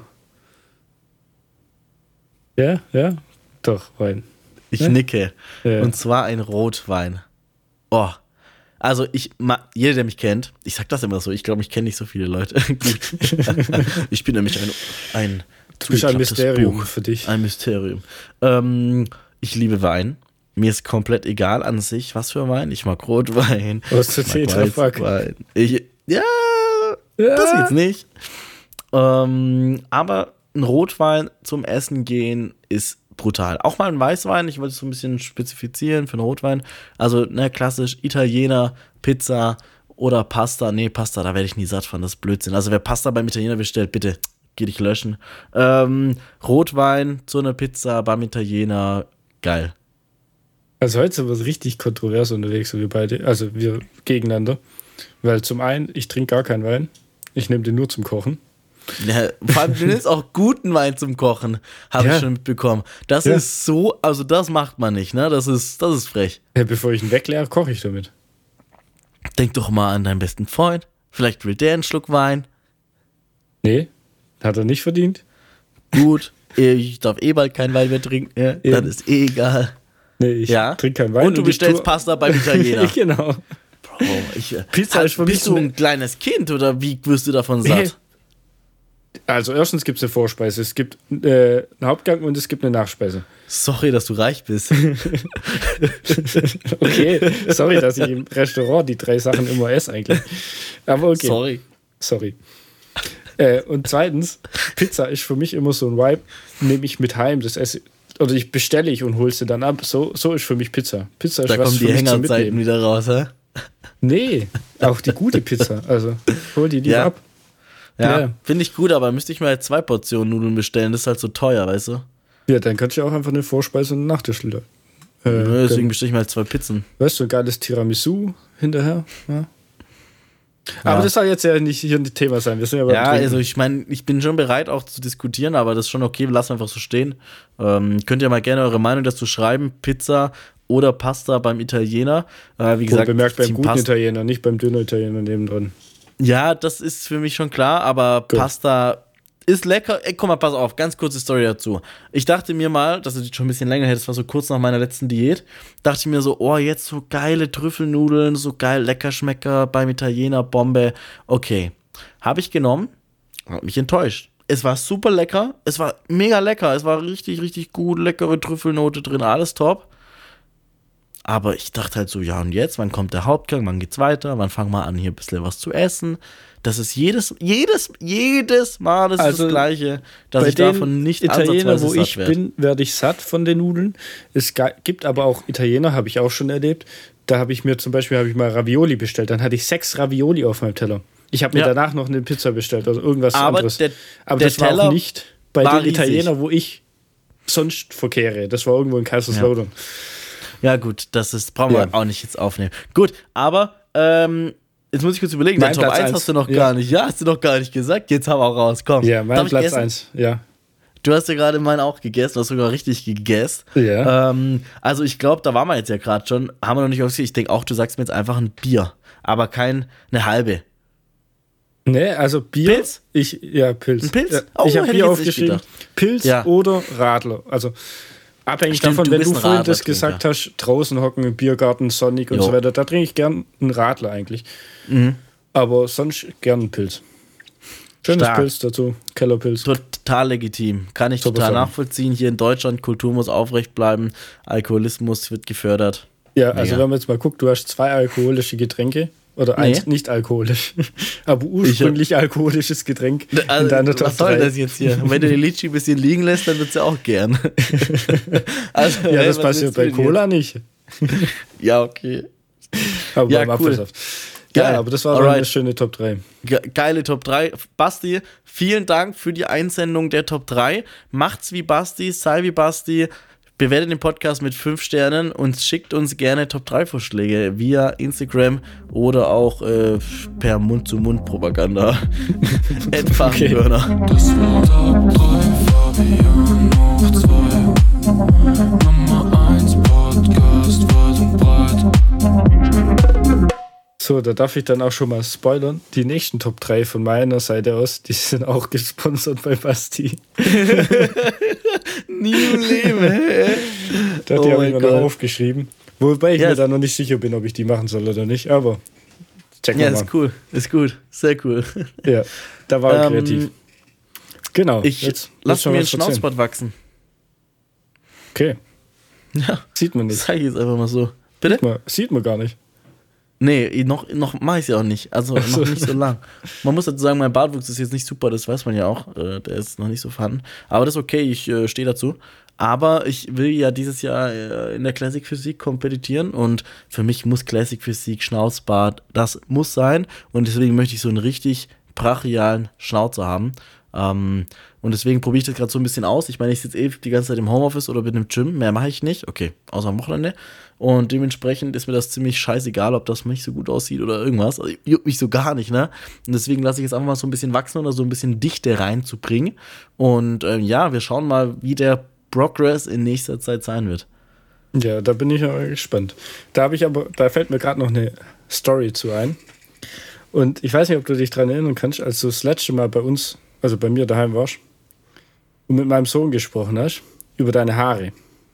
ja, ja, doch, Wein. Ich ja? nicke. Ja. Und zwar ein Rotwein. Oh. Also ich, jeder, der mich kennt, ich sag das immer so, ich glaube, ich kenne nicht so viele Leute. Ich bin nämlich ein, ein, du bist ein Mysterium Buch. Für dich. Ein Mysterium. Ähm, ich liebe Wein. Mir ist komplett egal an sich, was für Wein. Ich mag Rotwein. Was für Tetrapack? Ich, ja, ja, das jetzt nicht. Ähm, aber ein Rotwein zum Essen gehen ist brutal. Auch mal ein Weißwein, ich wollte es so ein bisschen spezifizieren für einen Rotwein. Also, ne, klassisch Italiener, Pizza oder Pasta. Nee, Pasta, da werde ich nie satt von, das ist Blödsinn. Also, wer Pasta beim Italiener bestellt, bitte, geh dich löschen. Ähm, Rotwein zu einer Pizza beim Italiener, geil. Also, heute sind wir richtig kontrovers unterwegs, so wir beide, also wir gegeneinander. Weil zum einen, ich trinke gar keinen Wein. Ich nehme den nur zum Kochen. Ja, vor allem, du nimmst auch guten Wein zum Kochen, habe ja. ich schon mitbekommen. Das ja. ist so, also das macht man nicht, ne? Das ist, das ist frech. Ja, bevor ich ihn wegleere, koche ich damit. Denk doch mal an deinen besten Freund. Vielleicht will der einen Schluck Wein. Nee, hat er nicht verdient. Gut, ich darf eh bald keinen Wein mehr trinken. Ja, dann ist eh egal. Nee, ich ja? trinke keinen Wein. Und du und bestellst tue... Pasta beim Italiener. Genau. Bro, ich, Pizza hat, ist für bist du ein kleines Kind oder wie wirst du davon satt? Also erstens gibt es eine Vorspeise, es gibt äh, einen Hauptgang und es gibt eine Nachspeise. Sorry, dass du reich bist. Okay, sorry, dass ich im Restaurant die drei Sachen immer esse eigentlich. Aber okay. Sorry. Sorry. Äh, und zweitens, Pizza ist für mich immer so ein Vibe, nehme ich mit heim, das esse oder ich bestelle ich und hole sie dann ab. So, so ist für mich Pizza. Pizza ist da was kommen für die mich zum Hängerzeiten wieder raus, hä? Nee, auch die gute Pizza. Also hol die lieber ja. ab. Ja, ja. finde ich gut, aber müsste ich mal halt zwei Portionen Nudeln bestellen, das ist halt so teuer, weißt du? Ja, dann kannst du ja auch einfach eine Vorspeise und einen Nachtisch. Äh, Nö, deswegen bestelle ich mal halt zwei Pizzen. Weißt du, ein geiles Tiramisu hinterher. Ja. Aber ja. das soll jetzt ja nicht hier ein Thema sein. Wir sind ja, ja also ich meine, ich bin schon bereit auch zu diskutieren, aber das ist schon okay, lassen wir einfach so stehen. Ähm, könnt ihr mal gerne eure Meinung dazu schreiben, Pizza oder Pasta beim Italiener. Äh, wie gesagt, bemerkt beim guten Past- Italiener, nicht beim dünnen Italiener nebendran. Ja, das ist für mich schon klar, aber Gut. Pasta ist lecker. Ey, guck mal, pass auf, ganz kurze Story dazu. Ich dachte mir mal, das ist schon ein bisschen länger her, das war so kurz nach meiner letzten Diät, dachte ich mir so, oh, jetzt so geile Trüffelnudeln, so geil Leckerschmecker beim Italiener, Bombe. Okay, habe ich genommen, hat mich enttäuscht. Es war super lecker, es war mega lecker, es war richtig, richtig gut, leckere Trüffelnote drin, alles top. Aber ich dachte halt so, ja und jetzt, wann kommt der Hauptgang, wann geht's weiter, wann fangen wir an, hier ein bisschen was zu essen. Das ist jedes, jedes, jedes Mal das, also ist das Gleiche, dass ich davon nicht Italiener, wo ich werd. bin, werde ich satt von den Nudeln. Es gibt aber auch Italiener, habe ich auch schon erlebt, da habe ich mir zum Beispiel habe ich mal Ravioli bestellt, dann hatte ich sechs Ravioli auf meinem Teller. Ich habe mir ja. danach noch eine Pizza bestellt oder irgendwas aber anderes. Der, aber der das war Teller auch nicht bei den den Italienern, wo ich sonst verkehre. Das war irgendwo in Kaiserslautern. Ja. Ja, gut, das ist, brauchen wir ja. auch nicht jetzt aufnehmen. Gut, aber ähm, jetzt muss ich kurz überlegen, mein der Top Platz eins hast du noch ja. gar nicht. Ja, hast du noch gar nicht gesagt. Jetzt haben wir auch raus. Komm. Ja, mein Platz eins. Ja. Du hast ja gerade meinen auch gegessen, du hast sogar richtig gegessen. Ja. Ähm, also ich glaube, da waren wir jetzt ja gerade schon. Haben wir noch nicht aufgesehen. Ich denke auch, du sagst mir jetzt einfach ein Bier, aber kein eine halbe. Nee, also Bier. Pilz? Ich, ja, Pilz. Ein Pilz? Ja, Oh, ich habe hätte Bier ich jetzt nicht aufgeschrieben. gedacht. Pilz Ja. oder Radler. Also abhängig Stimmt, davon, du wenn bist du ein vorhin das Radler-Trinker. gesagt hast, draußen hocken, im Biergarten, sonnig und Jo. so weiter, da trinke ich gern einen Radler eigentlich. Mhm. Aber sonst gern einen Pilz. Schönes Stark. Pilz dazu, Kellerpilz. Total legitim. Kann ich Super total Sache. nachvollziehen. Hier in Deutschland, Kultur muss aufrecht bleiben. Alkoholismus wird gefördert. Ja, also Mega. wenn man jetzt mal guckt, du hast zwei alkoholische Getränke. Oder Nee. eins nicht alkoholisch. Aber ursprünglich alkoholisches Getränk Also, in deiner Top was soll drei. das jetzt hier? Und wenn du die Litchi ein bisschen liegen lässt, dann wird sie auch gern. Also, Ja, hey, das was passiert willst bei du denn Cola nicht. jetzt? Ja, okay. Aber Ja, beim cool. Apfelsaft. Geil. Ja, aber das war so Alright. eine schöne Top drei. Ge- Geile Top drei. Basti, vielen Dank für die Einsendung der Top drei. Macht's wie Basti, sei wie Basti. Bewertet den Podcast mit fünf Sternen und schickt uns gerne Top drei Vorschläge via Instagram oder auch äh, per Mund-zu-Mund-Propaganda. Etwa Okay. Burner. Das war Top drei, Fabian hoch zwei. Nummer eins Podcast weit und breit. So, da darf ich dann auch schon mal spoilern. Die nächsten Top drei von meiner Seite aus, die sind auch gesponsert bei Basti. Nie im Leben, hä? Da hat oh die habe ich mir noch aufgeschrieben. Wobei ich ja, mir da noch nicht sicher bin, ob ich die machen soll oder nicht, aber checken wir ja, mal. Ja, ist cool, ist gut, sehr cool. Ja, da war er ähm, kreativ. Genau. Ich jetzt, lass mir einen Schnauzbart wachsen. Okay. Ja. Sieht man nicht. Sag ich jetzt einfach mal so. Bitte? Sieht man, sieht man gar nicht. Nee, noch, noch mache ich es ja auch nicht. Also noch nicht so lang. Man muss dazu sagen, mein Bartwuchs ist jetzt nicht super, das weiß man ja auch. Äh, der ist noch nicht so vorhanden. Aber das ist okay, ich äh, stehe dazu. Aber ich will ja dieses Jahr äh, in der Classic Physik kompetitieren und für mich muss Classic Physik Schnauzbart, das muss sein. Und deswegen möchte ich so einen richtig brachialen Schnauzer haben. Ähm, und deswegen probiere ich das gerade so ein bisschen aus. Ich meine, ich sitze eh die ganze Zeit im Homeoffice oder bin im Gym. Mehr mache ich nicht. Okay, außer am Wochenende. Und dementsprechend ist mir das ziemlich scheißegal, ob das nicht so gut aussieht oder irgendwas. Also, juckt mich so gar nicht, ne? Und deswegen lasse ich jetzt einfach mal so ein bisschen wachsen oder so ein bisschen Dichte reinzubringen. Und ähm, ja, wir schauen mal, wie der Progress in nächster Zeit sein wird. Ja, da bin ich aber gespannt. Da habe ich aber, da fällt mir gerade noch eine Story zu ein. Und ich weiß nicht, ob du dich daran erinnern kannst, als du das letzte Mal bei uns, also bei mir daheim warst und mit meinem Sohn gesprochen hast, über deine Haare.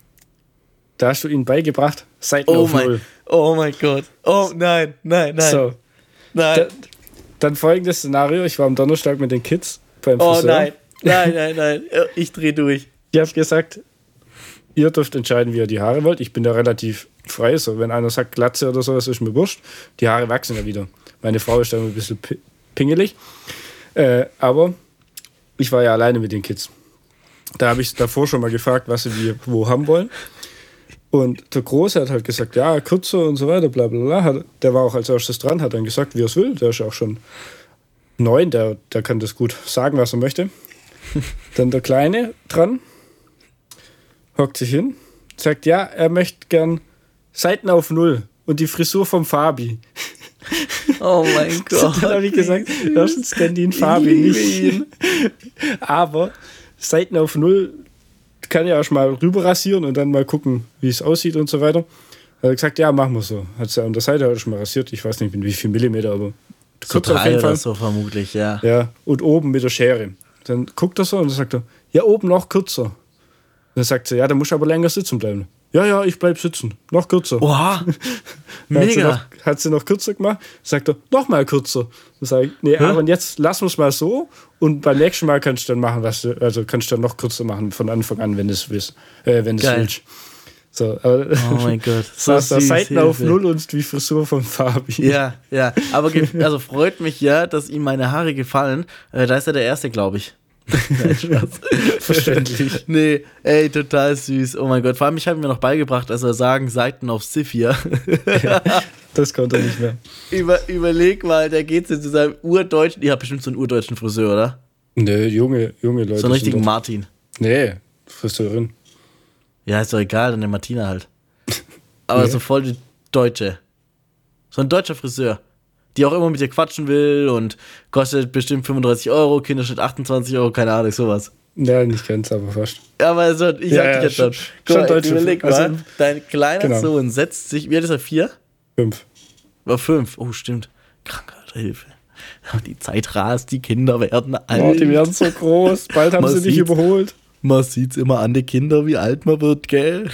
Da hast du ihnen beigebracht, Seiten oh auf mein, Null. Oh mein Gott. Oh nein, nein, nein. So. Nein. Da, dann folgendes Szenario, ich war am Donnerstag mit den Kids beim Friseur. Oh nein, nein, nein, nein. Ich drehe durch. Ich habe gesagt, ihr dürft entscheiden, wie ihr die Haare wollt. Ich bin da relativ frei. So, wenn einer sagt Glatze oder sowas, ist mir wurscht. Die Haare wachsen ja wieder. Meine Frau ist da ein bisschen pingelig. Äh, aber ich war ja alleine mit den Kids. Da habe ich davor schon mal gefragt, was sie wie, wo haben wollen. Und der Große hat halt gesagt, ja, kürzer und so weiter, bla bla bla. Hat, der war auch als erstes dran, hat dann gesagt, wie er es will. Der ist ja auch schon neun, der, der kann das gut sagen, was er möchte. Dann der Kleine dran, hockt sich hin, sagt, ja, er möchte gern Seiten auf Null und die Frisur vom Fabi. Oh mein Gott. Dann habe ich gesagt, erstens kennt ihn Fabi nicht. Aber Seiten auf Null kann ja auch mal rüber rasieren und dann mal gucken, wie es aussieht und so weiter. Er hat gesagt, ja, machen wir so. Hat sie an der Seite schon mal rasiert, ich weiß nicht mit wie viel Millimeter, aber so drei auf jeden Fall. Oder so vermutlich, ja. Ja, und oben mit der Schere. Dann guckt er so und dann sagt er, ja, oben noch kürzer. Dann sagt sie, ja, da musst du aber länger sitzen bleiben. Ja, ja, ich bleib sitzen. Noch kürzer. Oha, mega. Hat sie, noch, hat sie noch kürzer gemacht. Sagt er, noch mal kürzer. Dann sage ich, nee, Hä? aber jetzt lassen wir es mal so und beim nächsten Mal kannst du dann machen, was du, also kannst du dann noch kürzer machen von Anfang an, wenn du es willst. Äh, wenn du es willst. So, aber oh mein Gott. So ist das Seiten Hilfe. Auf Null und die Frisur von Fabi. Ja, ja. Aber also freut mich ja, dass ihm meine Haare gefallen. Äh, da ist er der Erste, glaube ich. Nein, Spaß. Verständlich. Nee, ey, total süß. Oh mein Gott. Vor allem, ich habe ihm noch beigebracht, dass er sagen Seiten auf Siffia. Ja, das konnte er nicht mehr. Über, überleg mal, der geht zu seinem urdeutschen, ihr habt bestimmt so einen urdeutschen Friseur, oder? Nee, junge, junge Leute. So einen richtigen Martin. Nee, Friseurin. Ja, ist doch egal, dann der Martina halt. Aber nee. So voll die Deutsche. So ein deutscher Friseur. Die auch immer mit dir quatschen will und kostet bestimmt fünfunddreißig Euro, Kinderschnitt achtundzwanzig Euro, keine Ahnung, sowas. Ja, nicht ganz, aber fast. Ja, aber also, ich ja, sag ja, dich jetzt schon. Schon, schon deutsche überleg mal, also, dein kleiner genau. Sohn setzt sich, wie alt ist er, vier? Fünf. War fünf, oh stimmt. Krankheitshilfe. Die Zeit rast, die Kinder werden alt. Oh, die werden so groß, bald haben man sie dich überholt. Man sieht's immer an den Kindern, wie alt man wird, gell?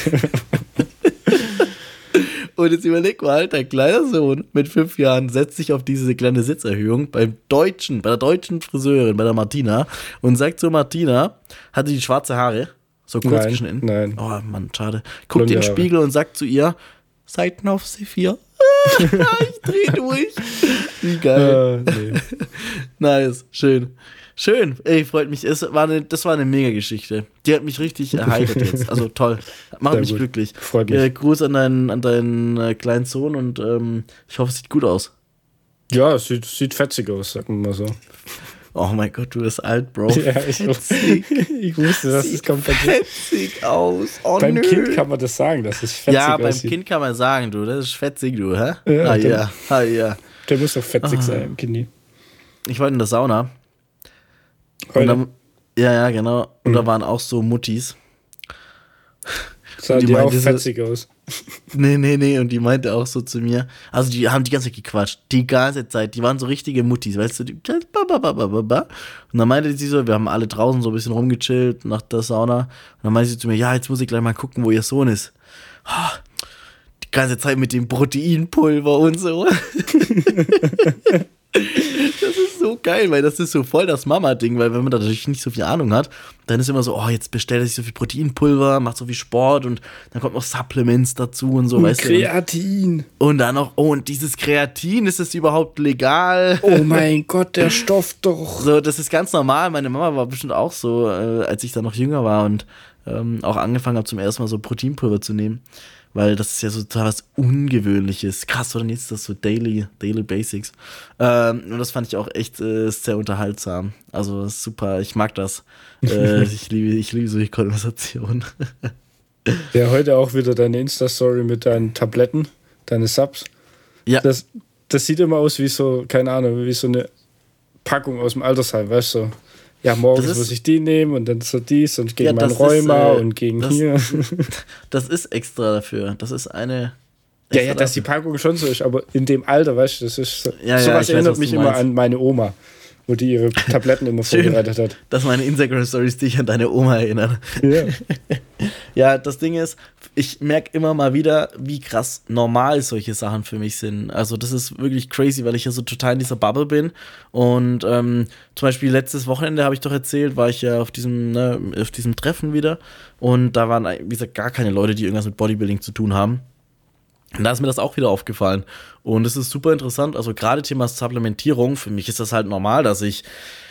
Und jetzt überleg mal, dein kleiner Sohn mit fünf Jahren setzt sich auf diese kleine Sitzerhöhung beim Deutschen, bei der deutschen Friseurin, bei der Martina und sagt zu Martina, hatte die schwarze Haare, so kurz nein, geschnitten. Nein. Oh Mann, schade. Guckt in den Spiegel und sagt zu ihr, Seiten auf Sephir. Ich dreh durch. Wie geil. Uh, nee. Nice, schön. Schön, ey, freut mich. Es war eine, das war eine Mega-Geschichte. Die hat mich richtig erheitert jetzt. Also toll. Macht Sehr mich gut. glücklich. Freut mich. Äh, Gruß an deinen, an deinen äh, kleinen Sohn und ähm, ich hoffe, es sieht gut aus. Ja, es sieht, sieht fetzig aus, sagen wir mal so. Oh mein Gott, du bist alt, Bro. Ja, ich, ich wusste, dass es kommt. Fetzig aus. Oh, beim nö. Kind kann man das sagen, dass es fetzig Ja, aussieht. beim Kind kann man sagen, du, das ist fetzig, du, hä? Ja, ah, ja. ah ja. Der muss doch fetzig ah. sein, Kindi. Ich war in der Sauna. Und dann, ja, ja, genau. Und mhm. da waren auch so Muttis. Sahen die, die auch fetzig aus? Nee, nee, nee. Und die meinte auch so zu mir, also die haben die ganze Zeit gequatscht. Die ganze Zeit. Die waren so richtige Muttis, weißt du? Die, und dann meinte sie so, wir haben alle draußen so ein bisschen rumgechillt nach der Sauna. Und dann meinte sie zu mir, ja, jetzt muss ich gleich mal gucken, wo ihr Sohn ist. Die ganze Zeit mit dem Proteinpulver und so. Das ist so geil, weil das ist so voll das Mama-Ding, weil wenn man da natürlich nicht so viel Ahnung hat, dann ist immer so, oh, jetzt bestellt er sich so viel Proteinpulver, macht so viel Sport und dann kommt noch Supplements dazu und so, und weißt Kreatin. du. Und, und dann noch, oh, und dieses Kreatin, ist das überhaupt legal? Oh mein Gott, der Stoff doch. So, das ist ganz normal. Meine Mama war bestimmt auch so, äh, als ich da noch jünger war und ähm, auch angefangen habe, zum ersten Mal so Proteinpulver zu nehmen. Weil das ist ja so total was Ungewöhnliches. Krass, oder jetzt ist das so Daily, Daily Basics. Ähm, und das fand ich auch echt äh, sehr unterhaltsam. Also super, ich mag das. äh, ich, liebe, ich liebe solche Konversationen. Ja, heute auch wieder deine Insta-Story mit deinen Tabletten, deine Subs. Ja. Das, das sieht immer aus wie so, keine Ahnung, wie so eine Packung aus dem Altersheim, weißt du? Ja, morgens ist, muss ich die nehmen und dann so dies und gegen ja, mein Rheuma ist, äh, und gegen das, hier. Das ist extra dafür. Das ist eine. Ja, ja, dass die Packung schon so ist, aber in dem Alter, weißt du, das ist so. Ja, sowas ja, erinnert weiß, mich immer an meine Oma, wo die ihre Tabletten immer vorbereitet hat. Dass meine Instagram-Stories dich an deine Oma erinnern. Ja. Ja, das Ding ist, ich merke immer mal wieder, wie krass normal solche Sachen für mich sind. Also das ist wirklich crazy, weil ich ja so total in dieser Bubble bin. Und ähm, zum Beispiel letztes Wochenende, habe ich doch erzählt, war ich ja auf diesem, ne, auf diesem Treffen wieder. Und da waren, wie gesagt, gar keine Leute, die irgendwas mit Bodybuilding zu tun haben. Und da ist mir das auch wieder aufgefallen. Und es ist super interessant. Also gerade Thema Supplementierung, für mich ist das halt normal, dass ich,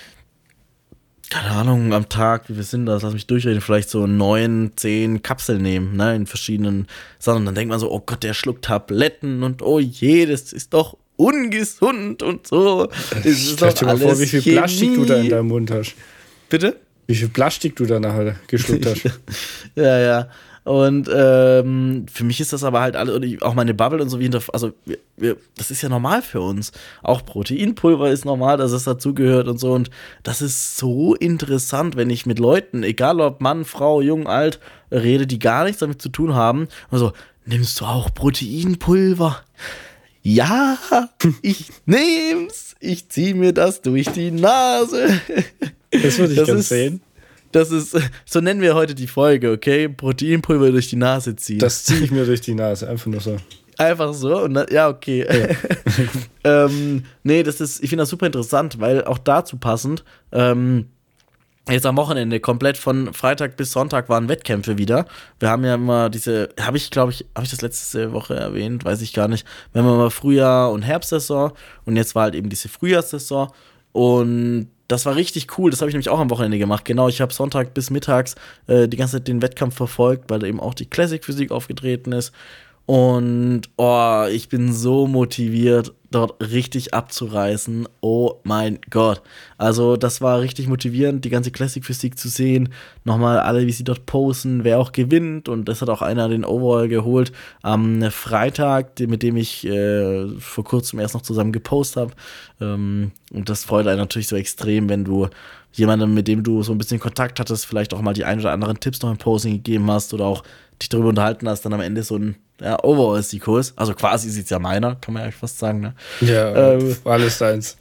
keine Ahnung, am Tag, wie viel sind das, lass mich durchreden, vielleicht so neun, zehn Kapseln nehmen, ne, in verschiedenen Sachen. Und dann denkt man so, oh Gott, der schluckt Tabletten und oh je, das ist doch ungesund und so. Das ist Stell dir mal vor, wie viel Chemie. Plastik du da in deinem Mund hast. Bitte? Wie viel Plastik du da nachher geschluckt hast. Ja, ja. Und ähm, für mich ist das aber halt alle, auch meine Bubble und so wie hinter, also wir, wir, das ist ja normal für uns. Auch Proteinpulver ist normal, dass es dazugehört und so. Und das ist so interessant, wenn ich mit Leuten, egal ob Mann, Frau, jung, alt, rede, die gar nichts damit zu tun haben. Also, nimmst du auch Proteinpulver? Ja, ich nehm's. Ich zieh mir das durch die Nase. Das würde ich das ganz ist, sehen. Das ist, so nennen wir heute die Folge, okay? Proteinpulver durch die Nase ziehen. Das ziehe ich mir durch die Nase, einfach nur so. Einfach so? Und dann, ja, okay. Ja. ähm, nee, das ist, ich finde das super interessant, weil auch dazu passend, ähm, jetzt am Wochenende, komplett von Freitag bis Sonntag waren Wettkämpfe wieder. Wir haben ja immer diese, habe ich, glaube ich, habe ich das letzte Woche erwähnt, weiß ich gar nicht. Wir haben immer Frühjahr- und Herbstsaison und jetzt war halt eben diese Frühjahrssaison und das war richtig cool, das habe ich nämlich auch am Wochenende gemacht. Genau, ich habe Sonntag bis mittags äh, die ganze Zeit den Wettkampf verfolgt, weil da eben auch die Classic Physik aufgetreten ist. Und oh, ich bin so motiviert, dort richtig abzureißen. Oh mein Gott. Also das war richtig motivierend, die ganze Classic Physik zu sehen. Nochmal alle, wie sie dort posen, wer auch gewinnt. Und das hat auch einer den Overall geholt am Freitag, mit dem ich äh, vor kurzem erst noch zusammen gepostet habe. Ähm, und das freut einen natürlich so extrem, wenn du jemandem, mit dem du so ein bisschen Kontakt hattest, vielleicht auch mal die ein oder anderen Tipps noch im Posing gegeben hast oder auch dich darüber unterhalten hast, dann am Ende so ein ja, Overall-Sieg-Kurs. Also quasi ist es ja meiner, kann man ja fast sagen, ne? Ja, ähm, alles deins.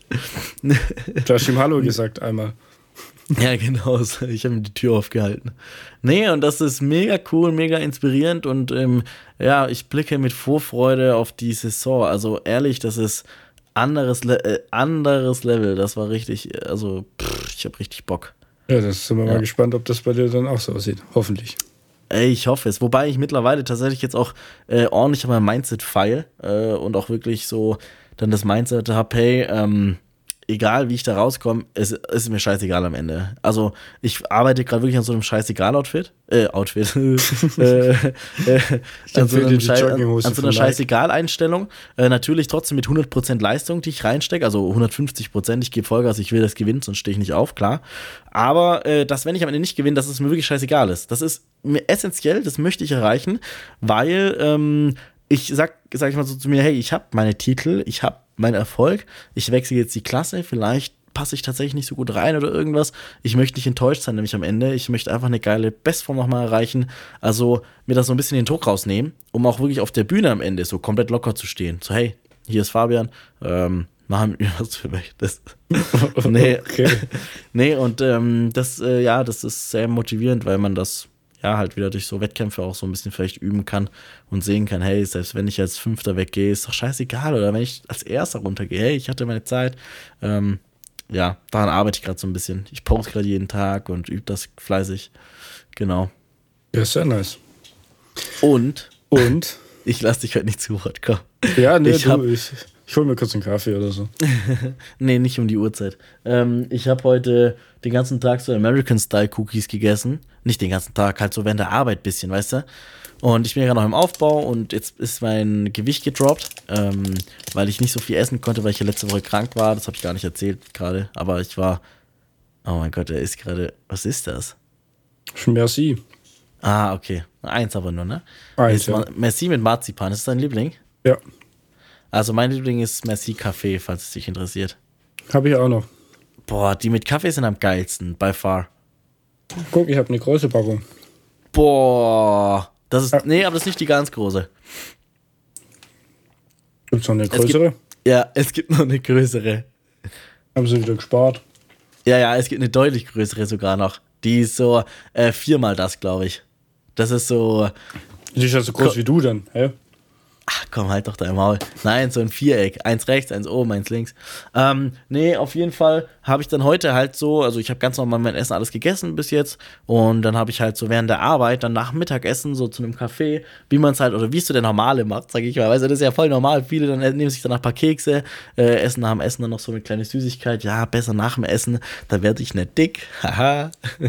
Du hast ihm Hallo gesagt einmal. Ja, genau. Ich habe ihm die Tür aufgehalten. Nee, und das ist mega cool, mega inspirierend und ähm, ja, ich blicke mit Vorfreude auf die Saison. Also ehrlich, das ist anderes, Le- äh, anderes Level. Das war richtig, also pff, ich habe richtig Bock. Ja, das sind wir ja. mal gespannt, ob das bei dir dann auch so aussieht. Hoffentlich. Ey, ich hoffe es. Wobei ich mittlerweile tatsächlich jetzt auch äh, ordentlich an meinem Mindset feile äh, und auch wirklich so dann das Mindset habe, hey, ähm, egal wie ich da rauskomme, es, es ist mir scheißegal am Ende. Also ich arbeite gerade wirklich an so einem Scheißegal-Outfit. Äh, Outfit. äh, äh, an, so einem Schei- an, an so einer Scheißegal-Einstellung. Äh, natürlich trotzdem mit hundert Prozent Leistung, die ich reinstecke. Also hundertfünfzig Prozent. Ich gebe Vollgas, ich will das gewinnen, sonst stehe ich nicht auf, klar. Aber äh, dass, wenn ich am Ende nicht gewinne, dass es mir wirklich scheißegal ist. Das ist mir essentiell, das möchte ich erreichen, weil ähm, ich sag, sag ich mal so zu mir, hey, ich habe meine Titel, ich habe meinen Erfolg, ich wechsle jetzt die Klasse, vielleicht passe ich tatsächlich nicht so gut rein oder irgendwas. Ich möchte nicht enttäuscht sein, nämlich am Ende. Ich möchte einfach eine geile Bestform nochmal erreichen. Also mir das so ein bisschen den Druck rausnehmen, um auch wirklich auf der Bühne am Ende so komplett locker zu stehen. So, hey, hier ist Fabian, ähm, machen wir was für mich. Das nee. Okay. nee, und ähm, das, äh, ja, das ist sehr motivierend, weil man das ja halt wieder durch so Wettkämpfe auch so ein bisschen vielleicht üben kann und sehen kann, hey, selbst wenn ich als Fünfter weggehe, ist doch scheißegal. Oder wenn ich als Erster runtergehe, hey, ich hatte meine Zeit. Ähm, ja, daran arbeite ich gerade so ein bisschen. Ich poste gerade jeden Tag und übe das fleißig. Genau. Ja, sehr nice. Und? Und? Ich lasse dich heute nicht zu Wort kommen. Ja, nee, ich du, hab, ich, ich hole mir kurz einen Kaffee oder so. nee, nicht um die Uhrzeit. Ähm, ich habe heute den ganzen Tag so American-Style-Cookies gegessen. Nicht den ganzen Tag, halt so während der Arbeit ein bisschen, weißt du? Und ich bin ja gerade noch im Aufbau und jetzt ist mein Gewicht gedroppt, ähm, weil ich nicht so viel essen konnte, weil ich ja letzte Woche krank war. Das habe ich gar nicht erzählt gerade. Aber ich war, oh mein Gott, er ist gerade, was ist das? Merci. Ah, okay. Eins aber nur, ne? Eins, ja. Merci mit Marzipan, ist das dein Liebling? Ja. Also mein Liebling ist Merci Kaffee, falls es dich interessiert. Habe ich auch noch. Boah, die mit Kaffee sind am geilsten, by far. Guck, ich habe eine große Packung. Boah, das ist, ja. nee, aber das ist nicht die ganz große. Gibt's noch eine größere? Es gibt, ja, es gibt noch eine größere. Haben sie wieder gespart? Ja, ja, es gibt eine deutlich größere sogar noch. Die ist so äh, viermal das, glaube ich. Das ist so... Die ist ja so groß ko- wie du dann, hä? Ach komm, halt doch dein Maul. Nein, so ein Viereck. Eins rechts, eins oben, eins links. Ähm, nee, auf jeden Fall habe ich dann heute halt so, also ich habe ganz normal mein Essen alles gegessen bis jetzt und dann habe ich halt so während der Arbeit dann nach dem Mittagessen so zu einem Café, wie man es halt, oder wie es so der Normale macht, sage ich mal. Weißt du, das ist ja voll normal. Viele dann nehmen sich danach ein paar Kekse, äh, essen nach dem Essen dann noch so eine kleine Süßigkeit. Ja, besser nach dem Essen, da werde ich nicht dick. Haha.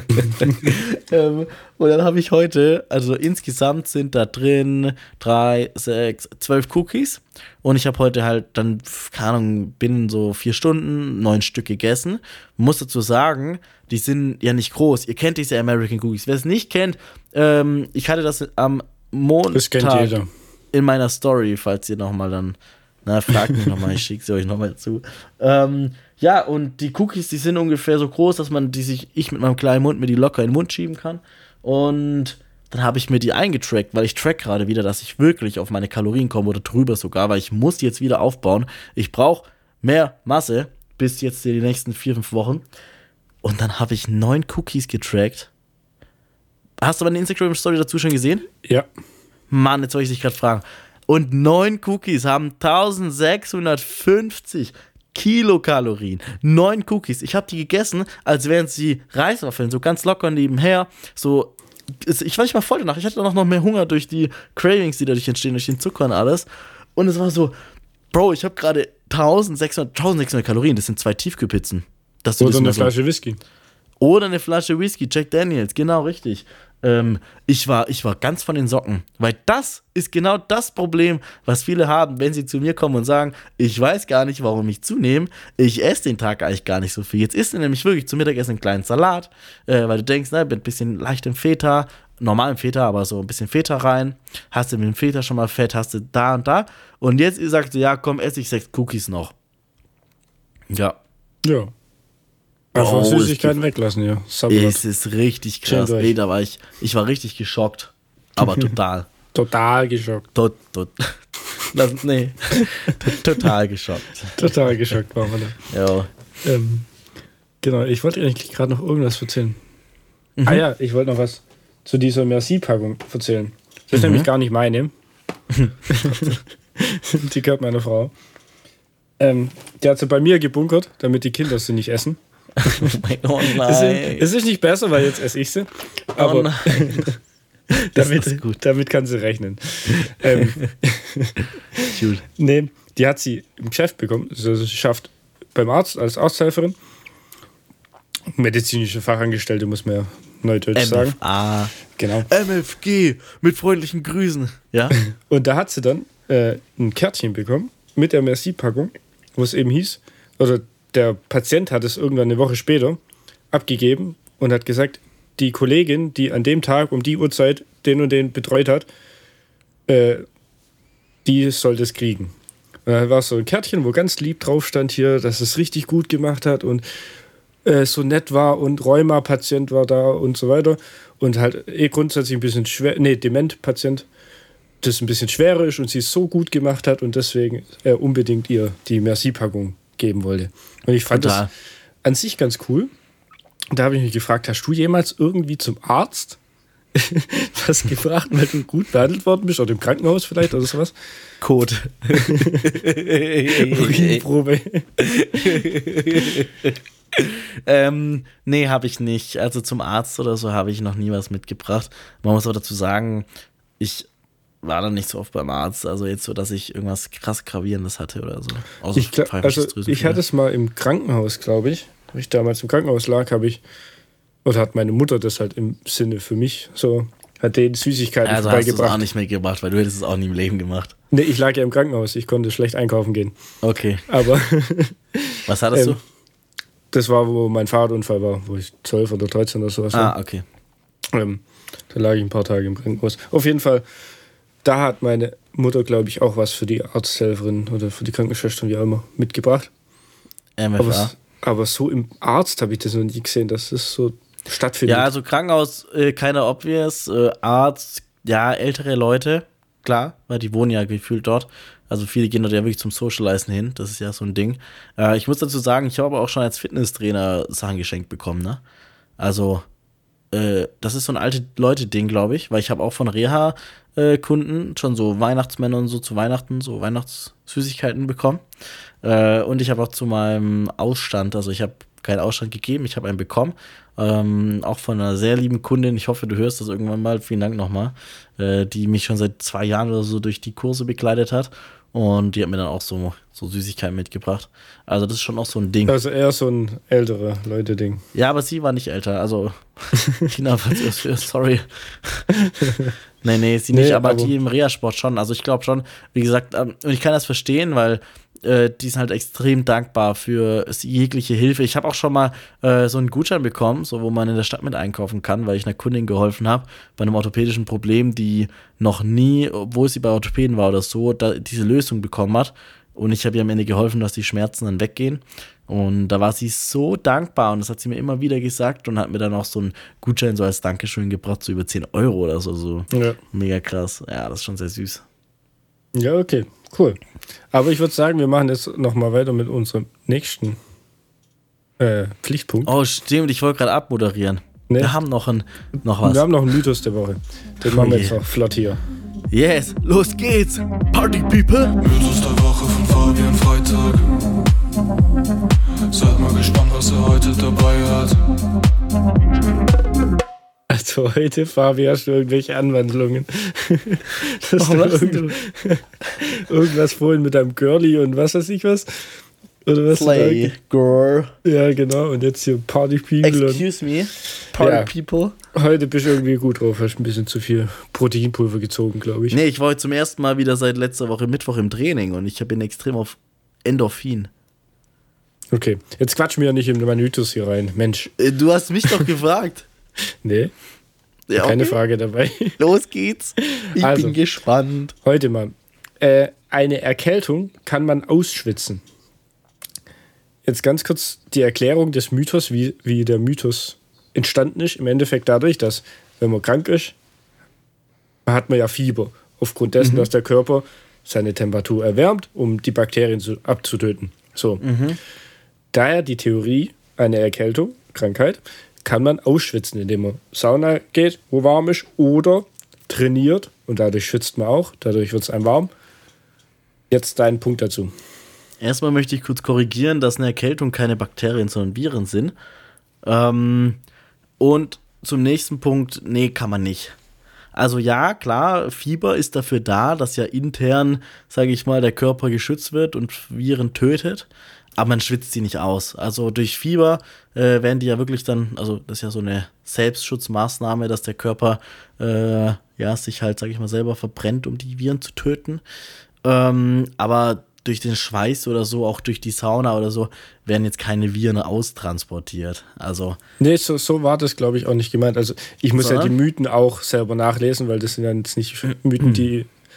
ähm, und dann habe ich heute, also insgesamt sind da drin drei, sechs, zwölf Cookies. Und ich habe heute halt dann, keine Ahnung, binnen so vier Stunden neun Stück gegessen. Muss dazu sagen, die sind ja nicht groß. Ihr kennt diese American Cookies. Wer es nicht kennt, ähm, ich hatte das am Montag das kennt jeder. In meiner Story, falls ihr nochmal dann, na, fragt mich nochmal, ich schicke sie euch nochmal zu. Ähm, ja, und die Cookies, die sind ungefähr so groß, dass man die sich, ich mit meinem kleinen Mund mir die locker in den Mund schieben kann. Und dann habe ich mir die eingetrackt, weil ich track gerade wieder, dass ich wirklich auf meine Kalorien komme oder drüber sogar, weil ich muss jetzt wieder aufbauen. Ich brauche mehr Masse bis jetzt die nächsten vier, fünf Wochen. Und dann habe ich neun Cookies getrackt. Hast du meine Instagram-Story dazu schon gesehen? Ja. Mann, jetzt wollte ich dich gerade fragen. Und neun Cookies haben eintausendsechshundertfünfzig Kilokalorien. Neun Cookies. Ich habe die gegessen, als wären sie Reiswaffeln, so ganz locker nebenher. So, ich war nicht mal voll danach. Ich hatte noch, noch mehr Hunger durch die Cravings, die dadurch entstehen, durch den Zucker und alles. Und es war so, Bro, ich habe gerade eintausendsechshundert Kalorien. Das sind zwei Tiefkühlpizzen. Dass du Oder das eine so, Flasche Whisky. Oder eine Flasche Whisky, Jack Daniels, genau richtig. Ähm, ich, war, ich war ganz von den Socken. Weil das ist genau das Problem, was viele haben, wenn sie zu mir kommen und sagen, ich weiß gar nicht, warum ich zunehme. Ich esse den Tag eigentlich gar nicht so viel. Jetzt isst du nämlich wirklich zum Mittagessen einen kleinen Salat, äh, weil du denkst, ne, mit ein bisschen leichtem Feta, normalem Feta, aber so ein bisschen Feta rein. Hast du mit dem Feta schon mal Fett, hast du da und da. Und jetzt sagst du, ja, komm, esse ich sechs Cookies noch. Ja. Ja. Einfach oh, Süßigkeiten weglassen, ja. Sabbat. Es ist richtig krass. Ey, da war ich, ich war richtig geschockt. Aber total. Total geschockt. Tot, tot. Das, nee. Total geschockt. Total geschockt waren wir da. Ja. Ähm, genau, ich wollte eigentlich gerade noch irgendwas erzählen. Mhm. Ah ja, ich wollte noch was zu dieser Merci-Packung erzählen. Das ist mhm. nämlich gar nicht meine. Die gehört meiner Frau. Ähm, die hat sie bei mir gebunkert, damit die Kinder sie nicht essen. Oh mein Gott, nein. Es ist nicht besser, weil jetzt esse ich sie. Aber oh nein. damit, damit kann sie rechnen. ähm, nee, die hat sie im Geschäft bekommen. Also sie schafft beim Arzt als Arzthelferin. Medizinische Fachangestellte, muss man ja neudeutsch sagen. M F A. Genau. M F G mit freundlichen Grüßen. Ja. Und da hat sie dann äh, ein Kärtchen bekommen mit der Merci-Packung, wo es eben hieß, oder der Patient hat es irgendwann eine Woche später abgegeben und hat gesagt, die Kollegin, die an dem Tag um die Uhrzeit den und den betreut hat, äh, die soll das kriegen. Da war so ein Kärtchen, wo ganz lieb drauf stand hier, dass es richtig gut gemacht hat und äh, so nett war und Rheuma-Patient war da und so weiter. Und halt eh grundsätzlich ein bisschen schwer, nee, Dement-Patient, das ein bisschen schwerer ist und sie es so gut gemacht hat und deswegen er unbedingt ihr die Merci-Packung geben wollte. Und ich fand Total. das an sich ganz cool. Da habe ich mich gefragt, hast du jemals irgendwie zum Arzt was gefragt, weil du gut behandelt worden bist oder im Krankenhaus vielleicht oder sowas? Code. Urinprobe. ähm, nee, habe ich nicht. Also zum Arzt oder so habe ich noch nie was mitgebracht. Man muss aber dazu sagen, ich war dann nicht so oft beim Arzt. Also jetzt so, dass ich irgendwas krass Gravierendes hatte oder so. Außer ich glaub, also ich hatte es mal im Krankenhaus, glaube ich. Als ich damals im Krankenhaus lag, habe ich oder hat meine Mutter das halt im Sinne für mich so, hat denen Süßigkeiten also vorbeigebracht. Also hast du es auch nicht mehr gemacht, weil du hättest es auch nie im Leben gemacht. Nee, ich lag ja im Krankenhaus, ich konnte schlecht einkaufen gehen. Okay. Aber was hattest ähm, du? Das war, wo mein Fahrradunfall war, wo ich zwölf oder dreizehn oder sowas war. Ah, okay. Ähm, da lag ich ein paar Tage im Krankenhaus. Auf jeden Fall, da hat meine Mutter, glaube ich, auch was für die Arzthelferin oder für die Krankenschwestern, wie auch immer, mitgebracht. M F A. Aber, aber so im Arzt habe ich das noch nie gesehen, dass das so stattfindet. Ja, also Krankenhaus, äh, keiner obvious, äh, Arzt, ja, ältere Leute, klar, weil die wohnen ja gefühlt dort. Also viele gehen dort ja wirklich zum Socializen hin, das ist ja so ein Ding. Äh, ich muss dazu sagen, ich habe aber auch schon als Fitnesstrainer Sachen geschenkt bekommen, ne? Also, äh, das ist so ein alte Leute-Ding, glaube ich, weil ich habe auch von Reha-Kunden äh, schon so Weihnachtsmänner und so zu Weihnachten so Weihnachtssüßigkeiten bekommen. Äh, und ich habe auch zu meinem Ausstand, also ich habe keinen Ausstand gegeben, ich habe einen bekommen. Ähm, auch von einer sehr lieben Kundin, ich hoffe, du hörst das irgendwann mal, vielen Dank nochmal, äh, die mich schon seit zwei Jahren oder so durch die Kurse begleitet hat und die hat mir dann auch so, so Süßigkeiten mitgebracht. Also das ist schon auch so ein Ding. Also eher so ein ältere Leute-Ding. Ja, aber sie war nicht älter, also Tina, sorry. nee, nee, sie nicht, nee, aber, aber die im Reha-Sport schon, also ich glaube schon, wie gesagt, ähm, und ich kann das verstehen, weil die sind halt extrem dankbar für jegliche Hilfe. Ich habe auch schon mal äh, so einen Gutschein bekommen, so wo man in der Stadt mit einkaufen kann, weil ich einer Kundin geholfen habe bei einem orthopädischen Problem, die noch nie, obwohl sie bei Orthopäden war oder so, da, diese Lösung bekommen hat. Und ich habe ihr am Ende geholfen, dass die Schmerzen dann weggehen. Und da war sie so dankbar und das hat sie mir immer wieder gesagt und hat mir dann auch so einen Gutschein so als Dankeschön gebracht, so über zehn Euro oder so. so. Ja. Mega krass. Ja, das ist schon sehr süß. Ja, okay. Cool. Aber ich würde sagen, wir machen jetzt nochmal weiter mit unserem nächsten äh, Pflichtpunkt. Oh, stimmt, ich wollte gerade abmoderieren. Nee. Wir haben noch, ein, noch was. Wir haben noch einen Mythos der Woche. Den oh machen wir yeah. jetzt noch flott hier. Yes, los geht's. Party People. Mythos der Woche von Fabian Freitag. Seid mal gespannt, was er heute dabei hat. Also heute, Fabi, hast du irgendwelche Anwandlungen? Das Warum lachst du? Irgendwas vorhin mit deinem Girlie und was weiß ich was? Oder was? Play, girl. Ja, genau. Und jetzt hier Party People. Excuse me, Party ja. People. Heute bist du irgendwie gut drauf. Hast ein bisschen zu viel Proteinpulver gezogen, glaube ich. Nee, ich war heute zum ersten Mal wieder seit letzter Woche Mittwoch im Training und ich bin extrem auf Endorphin. Okay, jetzt quatsch mir ja nicht in meinen Mythos hier rein. Mensch. Du hast mich doch gefragt. Nee. Ja, okay. Keine Frage dabei. Los geht's. Ich also, bin gespannt. Heute mal. Äh, eine Erkältung kann man ausschwitzen. Jetzt ganz kurz die Erklärung des Mythos, wie, wie der Mythos entstanden ist. Im Endeffekt dadurch, dass, wenn man krank ist, hat man ja Fieber. Aufgrund dessen, mhm. dass der Körper seine Temperatur erwärmt, um die Bakterien zu, abzutöten. So. Mhm. Daher die Theorie, eine Erkältung, Krankheit, kann man ausschwitzen, indem man Sauna geht, wo warm ist, oder trainiert und dadurch schwitzt man auch, dadurch wird es einem warm. Jetzt dein Punkt dazu. Erstmal möchte ich kurz korrigieren, dass eine Erkältung keine Bakterien, sondern Viren sind. Ähm, und zum nächsten Punkt, nee, kann man nicht. Also ja, klar, Fieber ist dafür da, dass ja intern, sage ich mal, der Körper geschützt wird und Viren tötet. Aber man schwitzt sie nicht aus. Also durch Fieber äh, werden die ja wirklich dann, also das ist ja so eine Selbstschutzmaßnahme, dass der Körper äh, ja, sich halt, sag ich mal, selber verbrennt, um die Viren zu töten. Ähm, aber durch den Schweiß oder so, auch durch die Sauna oder so, werden jetzt keine Viren austransportiert. Also nee, so, so war das, glaube ich, auch nicht gemeint. Also ich muss so, ja die Mythen auch selber nachlesen, weil das sind ja jetzt nicht Mythen, die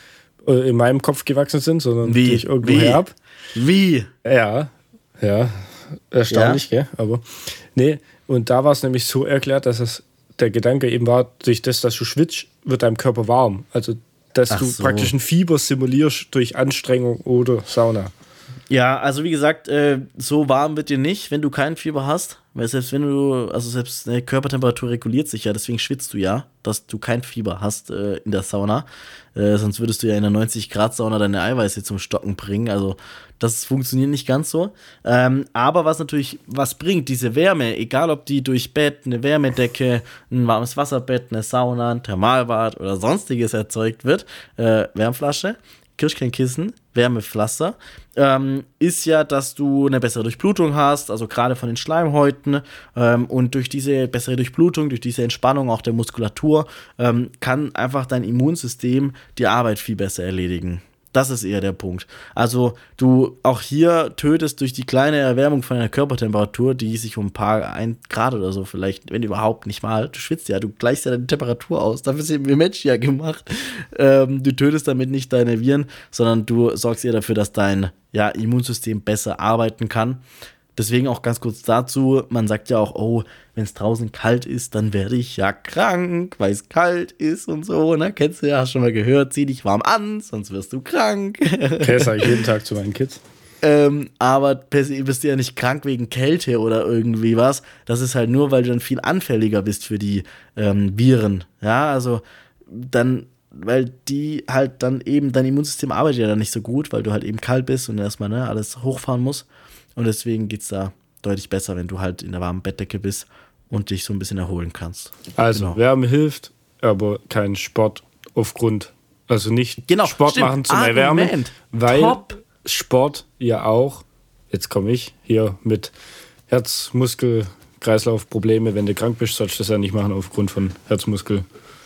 in meinem Kopf gewachsen sind, sondern Wie? die ich irgendwo Wie? her hab. Wie? Ja, ja, erstaunlich, ja? Gell? Aber nee, und da war es nämlich so erklärt, dass es der Gedanke eben war, durch das, dass du schwitzt, wird deinem Körper warm. Also, dass Ach du so. praktisch ein Fieber simulierst durch Anstrengung oder Sauna. Ja, also wie gesagt, äh, so warm wird dir nicht, wenn du kein Fieber hast. Weil selbst wenn du, also selbst eine Körpertemperatur reguliert sich ja, deswegen schwitzt du ja, dass du kein Fieber hast äh, in der Sauna. Äh, sonst würdest du ja in der neunzig Grad Sauna deine Eiweiße zum Stocken bringen. Also das funktioniert nicht ganz so. Ähm, aber was natürlich was bringt, diese Wärme, egal ob die durch Bett, eine Wärmedecke, ein warmes Wasserbett, eine Sauna, ein Thermalbad oder sonstiges erzeugt wird, äh, Wärmflasche, Kirschkernkissen, Wärmepflaster, ähm, ist ja, dass du eine bessere Durchblutung hast, also gerade von den Schleimhäuten, ähm, und durch diese bessere Durchblutung, durch diese Entspannung auch der Muskulatur, ähm, kann einfach dein Immunsystem die Arbeit viel besser erledigen. Das ist eher der Punkt. Also du auch hier tötest durch die kleine Erwärmung von deiner Körpertemperatur, die sich um ein paar ein Grad oder so vielleicht, wenn überhaupt nicht mal, du schwitzt ja, du gleichst ja deine Temperatur aus, dafür sind wir Menschen ja gemacht. Ähm, du tötest damit nicht deine Viren, sondern du sorgst eher dafür, dass dein ja, Immunsystem besser arbeiten kann. Deswegen auch ganz kurz dazu, man sagt ja auch, oh, wenn es draußen kalt ist, dann werde ich ja krank, weil es kalt ist und so, ne? Kennst du ja, hast schon mal gehört, zieh dich warm an, sonst wirst du krank. Okay, sage ich jeden Tag zu meinen Kids. ähm, aber per se bist du ja nicht krank wegen Kälte oder irgendwie was. Das ist halt nur, weil du dann viel anfälliger bist für die ähm, Viren. Ja, also dann, weil die halt dann eben, dein Immunsystem arbeitet ja dann nicht so gut, weil du halt eben kalt bist und erstmal ne, alles hochfahren musst. Und deswegen geht es da deutlich besser, wenn du halt in der warmen Bettdecke bist und dich so ein bisschen erholen kannst. Also, genau. Wärme hilft, aber kein Sport aufgrund, also nicht genau, Sport stimmt. machen zum Argument. Erwärmen, weil Top. Sport ja auch, jetzt komme ich hier mit Herz, Muskel, Kreislaufprobleme, wenn du krank bist, sollst du das ja nicht machen aufgrund von Herzmuskel.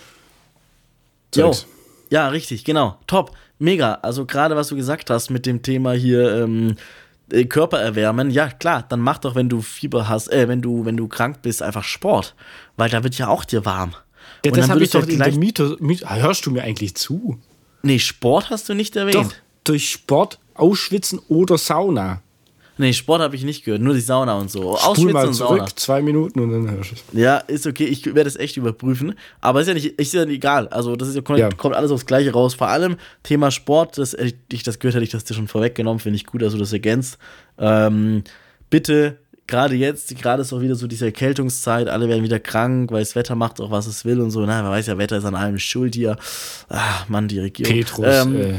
Jo. Ja, richtig, genau. Top. Mega. Also gerade was du gesagt hast mit dem Thema hier, ähm, Körper erwärmen, ja klar, dann mach doch, wenn du Fieber hast, äh, wenn du, wenn du krank bist, einfach Sport, weil da wird ja auch dir warm. Ja, und das dann habe ich würdest doch du in der Mythos, Mythos, hörst du mir eigentlich zu? Nee, Sport hast du nicht erwähnt. Doch, durch Sport, Ausschwitzen oder Sauna. Nee, Sport habe ich nicht gehört, nur die Sauna und so. Spul Ausschwitzen mal und zurück, Sauna. zwei Minuten und dann hörst du es. Ja, ist okay, ich werde es echt überprüfen, aber ist ja nicht, ist ja nicht egal, also das ist ja, kommt, Ja. kommt alles aufs Gleiche raus, vor allem Thema Sport, das hätte ich das gehört, hätte ich das dir schon vorweggenommen, finde ich gut, dass du das ergänzt. Ähm, bitte, gerade jetzt, gerade ist auch wieder so diese Erkältungszeit, alle werden wieder krank, weil das Wetter macht auch, was es will und so, na, man weiß ja, Wetter ist an allem schuld hier. Ah, Mann, die Regierung. Petrus, ähm, äh.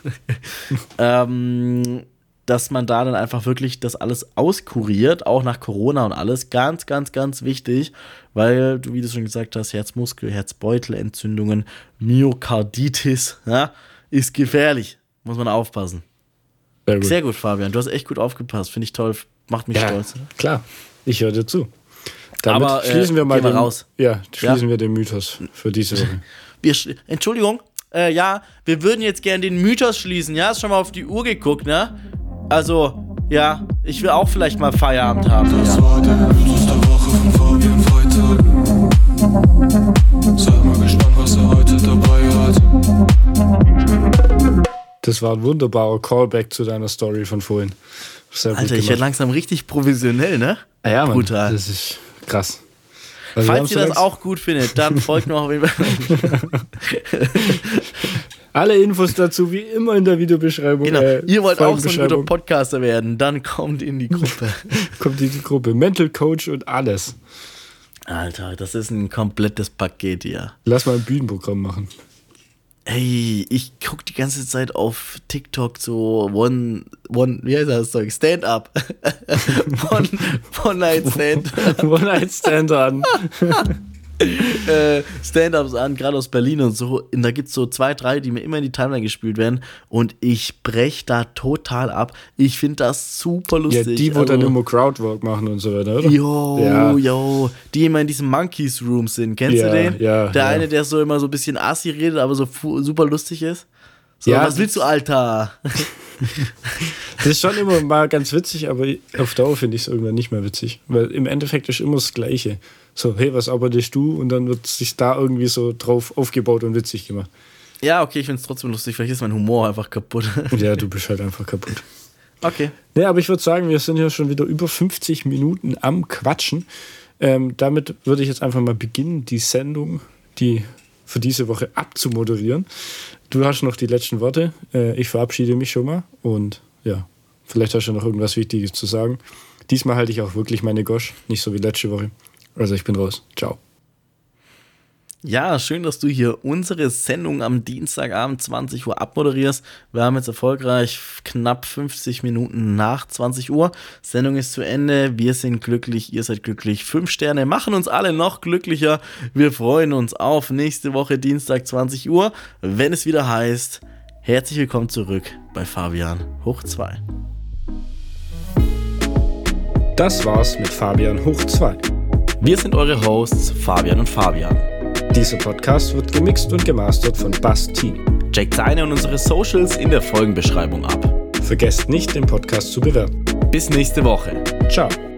ähm, dass man da dann einfach wirklich das alles auskuriert, auch nach Corona und alles. Ganz, ganz, ganz wichtig, weil du, wie du schon gesagt hast, Herzmuskel, Herzbeutelentzündungen, Myokarditis, ja, ist gefährlich. Muss man aufpassen. Sehr gut. Sehr gut, Fabian. Du hast echt gut aufgepasst. Finde ich toll. Macht mich Ja, stolz. klar. Ich höre dir zu. Damit Aber, äh, schließen wir mal gehen wir den, raus. Ja, schließen Ja? wir den Mythos für diese Woche. Wir sch- Entschuldigung, äh, ja, wir würden jetzt gerne den Mythos schließen, ja? Hast schon mal auf die Uhr geguckt, ne? Also, ja, ich will auch vielleicht mal Feierabend haben. Das Ja. war der Mythos der Woche von Fabian Freitag. Seid mal gespannt, was er heute dabei hat. Das war ein wunderbarer Callback zu deiner Story von vorhin. Sehr gut Alter, ich werde gemacht. langsam richtig professionell, ne? Ah ja, Mann, brutal. das ist krass. Also wir Falls ihr haben's das so auch gut findet, dann folgt mir auf jeden Fall. Alle Infos dazu wie immer in der Videobeschreibung. Genau. Äh, Ihr wollt auch so ein guter Folgenbeschreibung. Podcaster werden, dann kommt in die Gruppe. Kommt in die Gruppe. Mental Coach und alles. Alter, das ist ein komplettes Paket hier. Lass mal ein Bühnenprogramm machen. Ey, ich guck die ganze Zeit auf TikTok so One, One, wie heißt das Zeug? Stand-up. One, One Night Stand. One Night Stand an. äh, Stand-ups an, gerade aus Berlin und so. Und da gibt's so zwei, drei, die mir immer in die Timeline gespielt werden. Und ich brech da total ab. Ich finde das super Ja, lustig. die, wo also, dann immer Crowdwork machen und so weiter, oder? Jo, Ja. jo, die immer in diesem Monkeys Room sind. Kennst Ja, du den? ja, Der ja. eine, der so immer so ein bisschen assi redet, aber so fu- super lustig ist. So, Ja, was willst du, Alter? Das ist schon immer mal ganz witzig, aber auf Dauer finde ich es irgendwann nicht mehr witzig. Weil im Endeffekt ist immer das Gleiche. So, hey, was arbeitest du? Und dann wird sich da irgendwie so drauf aufgebaut und witzig gemacht. Ja, okay, ich finde es trotzdem lustig. Vielleicht ist mein Humor einfach kaputt. Ja, du bist halt einfach kaputt. Okay. Nee, aber ich würde sagen, wir sind ja schon wieder über fünfzig Minuten am Quatschen. Ähm, damit würde ich jetzt einfach mal beginnen, die Sendung, die für diese Woche abzumoderieren. Du hast noch die letzten Worte. Äh, ich verabschiede mich schon mal. Und ja, vielleicht hast du noch irgendwas Wichtiges zu sagen. Diesmal halte ich auch wirklich meine Gosch, nicht so wie letzte Woche. Also ich bin raus. Ciao. Ja, schön, dass du hier unsere Sendung am Dienstagabend zwanzig Uhr abmoderierst. Wir haben jetzt erfolgreich knapp fünfzig Minuten nach zwanzig Uhr. Sendung ist zu Ende. Wir sind glücklich, ihr seid glücklich. Fünf Sterne machen uns alle noch glücklicher. Wir freuen uns auf nächste Woche Dienstag zwanzig Uhr, wenn es wieder heißt, herzlich willkommen zurück bei Fabian hoch zwei. Das war's mit Fabian hoch zwei. Wir sind eure Hosts Fabian und Fabian. Dieser Podcast wird gemixt und gemastert von Bass Team. Checkt seine und unsere Socials in der Folgenbeschreibung ab. Vergesst nicht, den Podcast zu bewerten. Bis nächste Woche. Ciao.